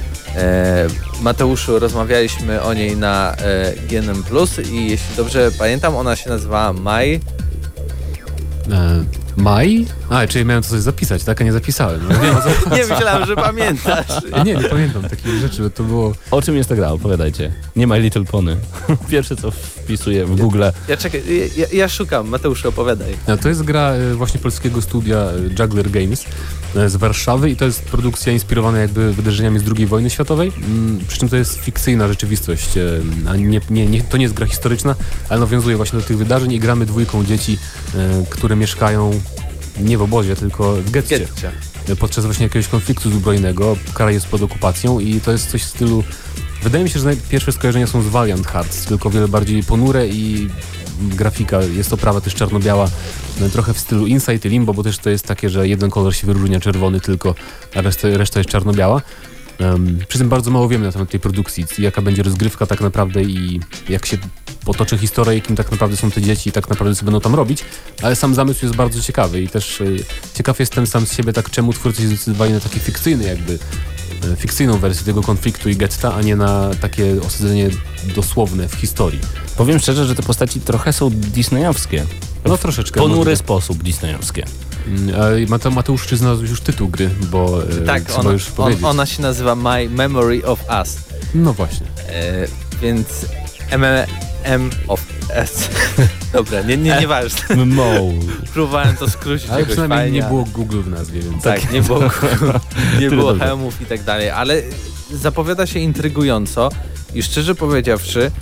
S3: E, Mateuszu, rozmawialiśmy o niej na e, G N M plus i jeśli dobrze pamiętam, ona się nazywała Maj.
S4: E, Maj? A, czyli miałem coś zapisać, tak? A nie zapisałem. No, wiem,
S3: nie myślałem, że pamiętasz.
S4: Nie, nie pamiętam takich rzeczy, to było...
S2: O czym jest ta gra? Opowiadajcie. Nie My Little Pony. Pierwsze, co wpisuję w Google.
S3: Ja, ja czekaj, ja, ja szukam. Mateusz, opowiadaj.
S4: No, to jest gra właśnie polskiego studia Juggler Games z Warszawy i to jest produkcja inspirowana jakby wydarzeniami z drugiej wojny światowej, przy czym to jest fikcyjna rzeczywistość, a nie, nie, nie, to nie jest gra historyczna, ale nawiązuje właśnie do tych wydarzeń i gramy dwójką dzieci, które mieszkają nie w obozie, tylko w getcie. getcie. Podczas właśnie jakiegoś konfliktu zbrojnego, kraj jest pod okupacją i to jest coś w stylu... Wydaje mi się, że pierwsze skojarzenia są z Valiant Hearts, tylko wiele bardziej ponure i grafika jest oprawa też czarno-biała, trochę w stylu Inside i Limbo, bo też to jest takie, że jeden kolor się wyróżnia, czerwony tylko, a reszta, reszta jest czarno-biała. Um, przy tym bardzo mało wiemy na temat tej produkcji, jaka będzie rozgrywka tak naprawdę i jak się potoczy historia, jakim tak naprawdę są te dzieci i tak naprawdę co będą tam robić, ale sam zamysł jest bardzo ciekawy i też y, ciekaw jestem sam z siebie, tak czemu twórcy się zdecydowali na taki fikcyjny jakby, y, fikcyjną wersję tego konfliktu i getta, a nie na takie osadzenie dosłowne w historii.
S2: Powiem szczerze, że te postaci trochę są disneyowskie.
S4: No troszeczkę.
S2: Ponury może sposób disneyowskie.
S4: Mate, Mateusz, czy znalazłeś już tytuł gry, bo
S3: tak,
S4: trzeba
S3: ona,
S4: już powiedzieć.
S3: On, ona się nazywa My Memory of Us.
S4: No właśnie.
S3: E, więc M M of S. Dobra, nie, nie, nie ważne.
S2: Mo.
S3: Próbowałem to skrócić.
S4: Ale przynajmniej fajnie. Nie było Google w nazwie, więc...
S3: Tak, nie było Google, nie było hełmów i tak dalej, ale zapowiada się intrygująco i szczerze powiedziawszy,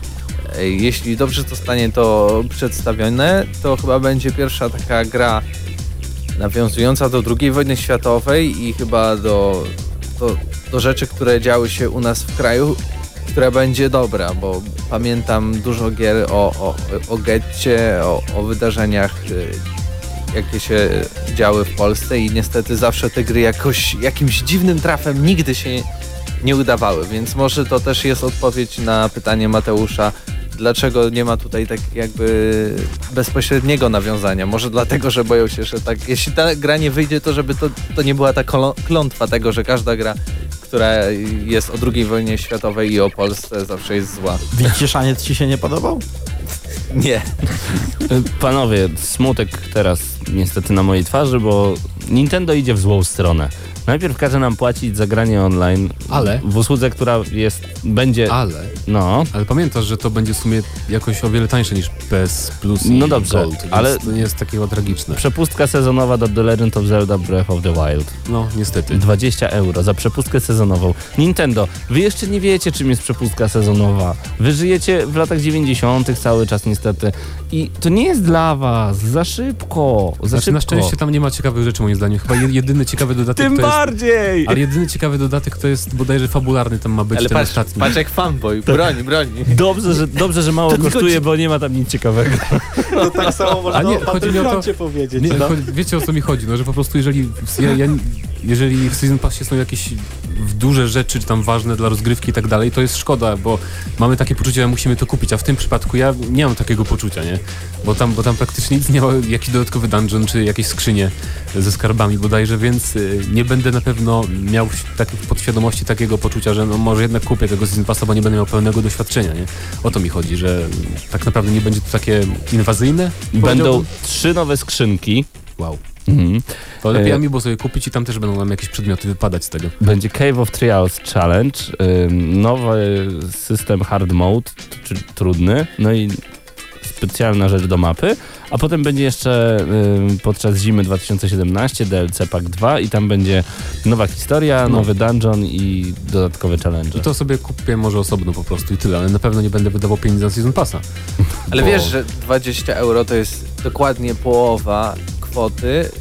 S3: jeśli dobrze zostanie to przedstawione, to chyba będzie pierwsza taka gra nawiązująca do drugiej wojny światowej i chyba do, do, do rzeczy, które działy się u nas w kraju, która będzie dobra, bo pamiętam dużo gier o, o, o getcie, o, o wydarzeniach, jakie się działy w Polsce i niestety zawsze te gry jakoś jakimś dziwnym trafem nigdy się nie udawały, więc może to też jest odpowiedź na pytanie Mateusza, dlaczego nie ma tutaj tak jakby bezpośredniego nawiązania. Może dlatego, że boją się, że tak, jeśli ta gra nie wyjdzie, to żeby to, to nie była ta klątwa tego, że każda gra, która jest o drugiej wojnie światowej i o Polsce, zawsze jest zła.
S5: Wilczy Szaniec ci się nie podobał?
S3: Nie.
S2: Panowie, smutek teraz niestety na mojej twarzy, bo Nintendo idzie w złą stronę. Najpierw każe nam płacić za granie online
S4: Ale?
S2: w usłudze, która jest, będzie...
S4: Ale?
S2: No.
S4: Ale pamiętasz, że to będzie w sumie jakoś o wiele tańsze niż P S Plus i
S2: No dobrze,
S4: Gold, więc
S2: ale
S4: to nie jest takiego tragiczne.
S2: Przepustka sezonowa do The Legend of Zelda Breath of the Wild.
S4: No, niestety.
S2: dwadzieścia euro za przepustkę sezonową. Nintendo, wy jeszcze nie wiecie, czym jest przepustka sezonowa. Wy żyjecie w latach dziewięćdziesiątych cały czas niestety. I to nie jest dla was. Za szybko. Za
S4: Znaczy,
S2: szybko.
S4: na szczęście tam nie ma ciekawych rzeczy moim zdaniem. Chyba je- jedyny ciekawy dodatek
S2: Tym
S4: to jest...
S2: bardziej!
S4: Ale jedyny ciekawy dodatek to jest bodajże fabularny, tam ma być
S3: Ale
S4: ten
S3: patrz,
S4: ostatni.
S3: patrz jak fanboy, broni, broni.
S2: Dobrze, że, dobrze, że mało
S5: To tylko
S2: kosztuje,
S5: ci-
S2: bo nie ma tam nic ciekawego.
S5: No tak samo
S4: A
S5: można
S4: nie,
S5: o
S4: chodzi mi o to-
S5: Battlefroncie powiedzieć.
S4: Nie,
S5: no.
S4: chodzi, wiecie o co mi chodzi, no, że po prostu jeżeli, w- ja, ja, jeżeli w Season Passie są jakieś duże rzeczy, czy tam ważne dla rozgrywki i tak dalej, to jest szkoda, bo mamy takie poczucie, że musimy to kupić, a w tym przypadku ja nie mam takiego poczucia, nie? Bo tam, bo tam praktycznie nic nie ma, jakiś dodatkowy dungeon, czy jakieś skrzynie ze skarbami bodajże, więc y, nie będę na pewno miał tak w podświadomości takiego poczucia, że no może jednak kupię tego Season Passa, bo nie będę miał pełnego doświadczenia, nie? O to mi chodzi, że tak naprawdę nie będzie to takie inwazyjne.
S2: Będą
S4: powiedziałbym.
S2: trzy nowe skrzynki.
S4: Wow.
S2: Mhm.
S4: To lepiej
S2: E,
S4: Amiibo sobie kupić i tam też będą nam jakieś przedmioty wypadać z tego.
S2: Będzie Cave of Trials Challenge, ym, nowy system hard mode, czyli trudny, no i specjalna rzecz do mapy, a potem będzie jeszcze ym, podczas zimy dwa tysiące siedemnastego D L C Pack dwa i tam będzie nowa historia,
S4: No.
S2: nowy dungeon i dodatkowe challenge.
S4: I to sobie kupię może osobno po prostu i tyle, ale na pewno nie będę wydawał pieniędzy na Season Passa.
S3: Ale
S4: Bo-
S3: wiesz, że dwadzieścia euro to jest dokładnie połowa kwoty.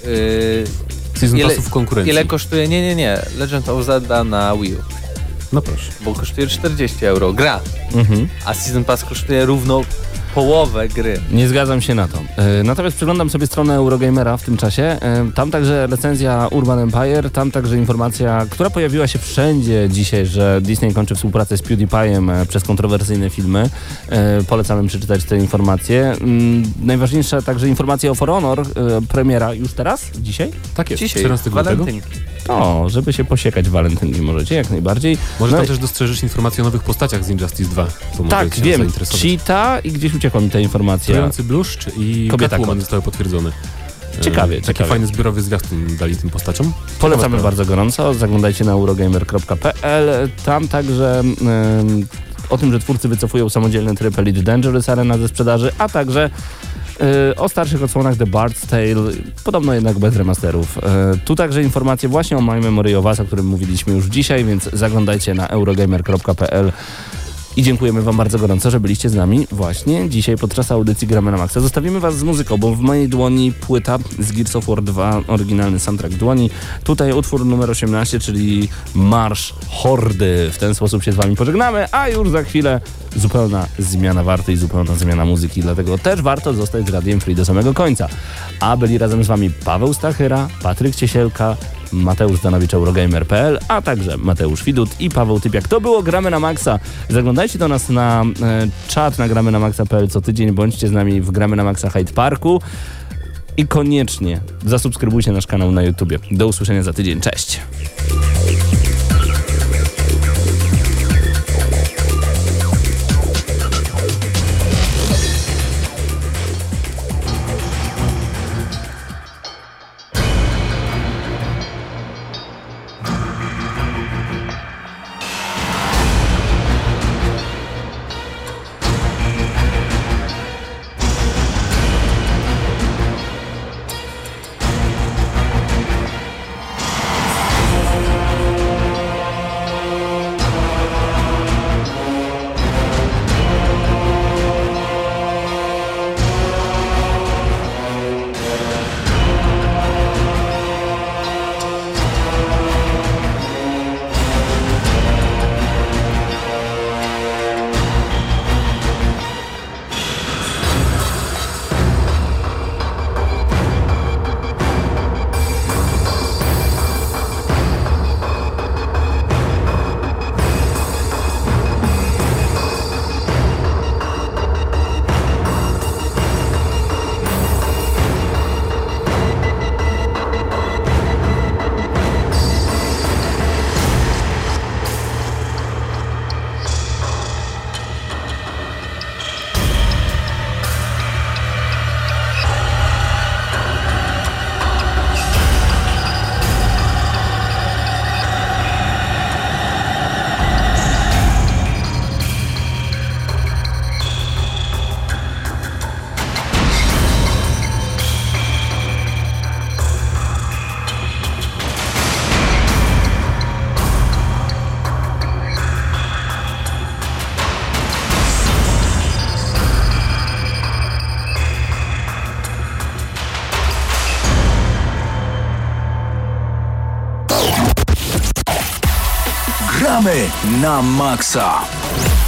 S3: Yy,
S4: Season
S3: ile,
S4: Passów w konkurencji.
S3: ile kosztuje, nie, nie, nie, Legend of Zelda na Wii U,
S4: No proszę.
S3: bo kosztuje czterdzieści euro, gra,
S2: Mhm.
S3: a Season Pass kosztuje równo połowę gry.
S2: Nie zgadzam się na to. E, Natomiast przeglądam sobie stronę Eurogamera w tym czasie. E, Tam także recenzja Urban Empire, tam także informacja, która pojawiła się wszędzie dzisiaj, że Disney kończy współpracę z PewDiePie'em e, przez kontrowersyjne filmy. E, Polecam przeczytać te informacje. Mm, Najważniejsza także informacja o For Honor, e, premiera już teraz? Dzisiaj?
S4: Tak jest,
S3: Dzisiaj,
S4: czternastego lutego.
S3: walentynki.
S2: O, żeby się posiekać w walentynki możecie, jak najbardziej.
S4: Może
S2: No
S4: tam
S2: i-
S4: też dostrzeżysz informacje o nowych postaciach z Injustice dwa. To może
S2: Tak,
S4: cię
S2: wiem.
S4: zainteresować.
S2: Cheetah i gdzieś uciekła mi ta informacja.
S4: Trujący bluszcz i
S2: Kobieta
S4: Catwoman
S2: kot.
S4: zostały potwierdzone.
S2: Ciekawie,
S4: E, Taki
S2: ciekawie.
S4: fajny zbiorowy zwiastun dali tym postaciom.
S2: Polecamy
S4: Ciekawa
S2: bardzo gorąco, zaglądajcie na eurogamer kropka p l. Tam także ym, o tym, że twórcy wycofują samodzielny tryb Elite Dangerous Arena ze sprzedaży, a także y, o starszych odsłonach The Bard's Tale, podobno jednak bez remasterów. Y, tu także informacje właśnie o My Memory of Us, o którym mówiliśmy już dzisiaj, więc zaglądajcie na eurogamer kropka p l. I dziękujemy wam bardzo gorąco, że byliście z nami właśnie dzisiaj podczas audycji Gramy na Maxa. Zostawimy was z muzyką, bo w mojej dłoni płyta z Gears of War dwa, oryginalny soundtrack dłoni. Tutaj utwór numer osiemnaście, czyli Marsz Hordy. W ten sposób się z wami pożegnamy, a już za chwilę zupełna zmiana warty i zupełna zmiana muzyki, dlatego też warto zostać z Radiem Free do samego końca. A byli razem z wami Paweł Stachyra, Patryk Ciesielka, Mateusz Danowicz, Eurogamer kropka p l, a także Mateusz Widut i Paweł Typiak. To było Gramy na Maxa. Zaglądajcie do nas na e, czat na gramy na maxa kropka p l co tydzień. Bądźcie z nami w Gramy na Maxa Hyde Parku i koniecznie zasubskrybujcie nasz kanał na YouTubie. Do usłyszenia za tydzień. Cześć!
S1: Gramy na maksa!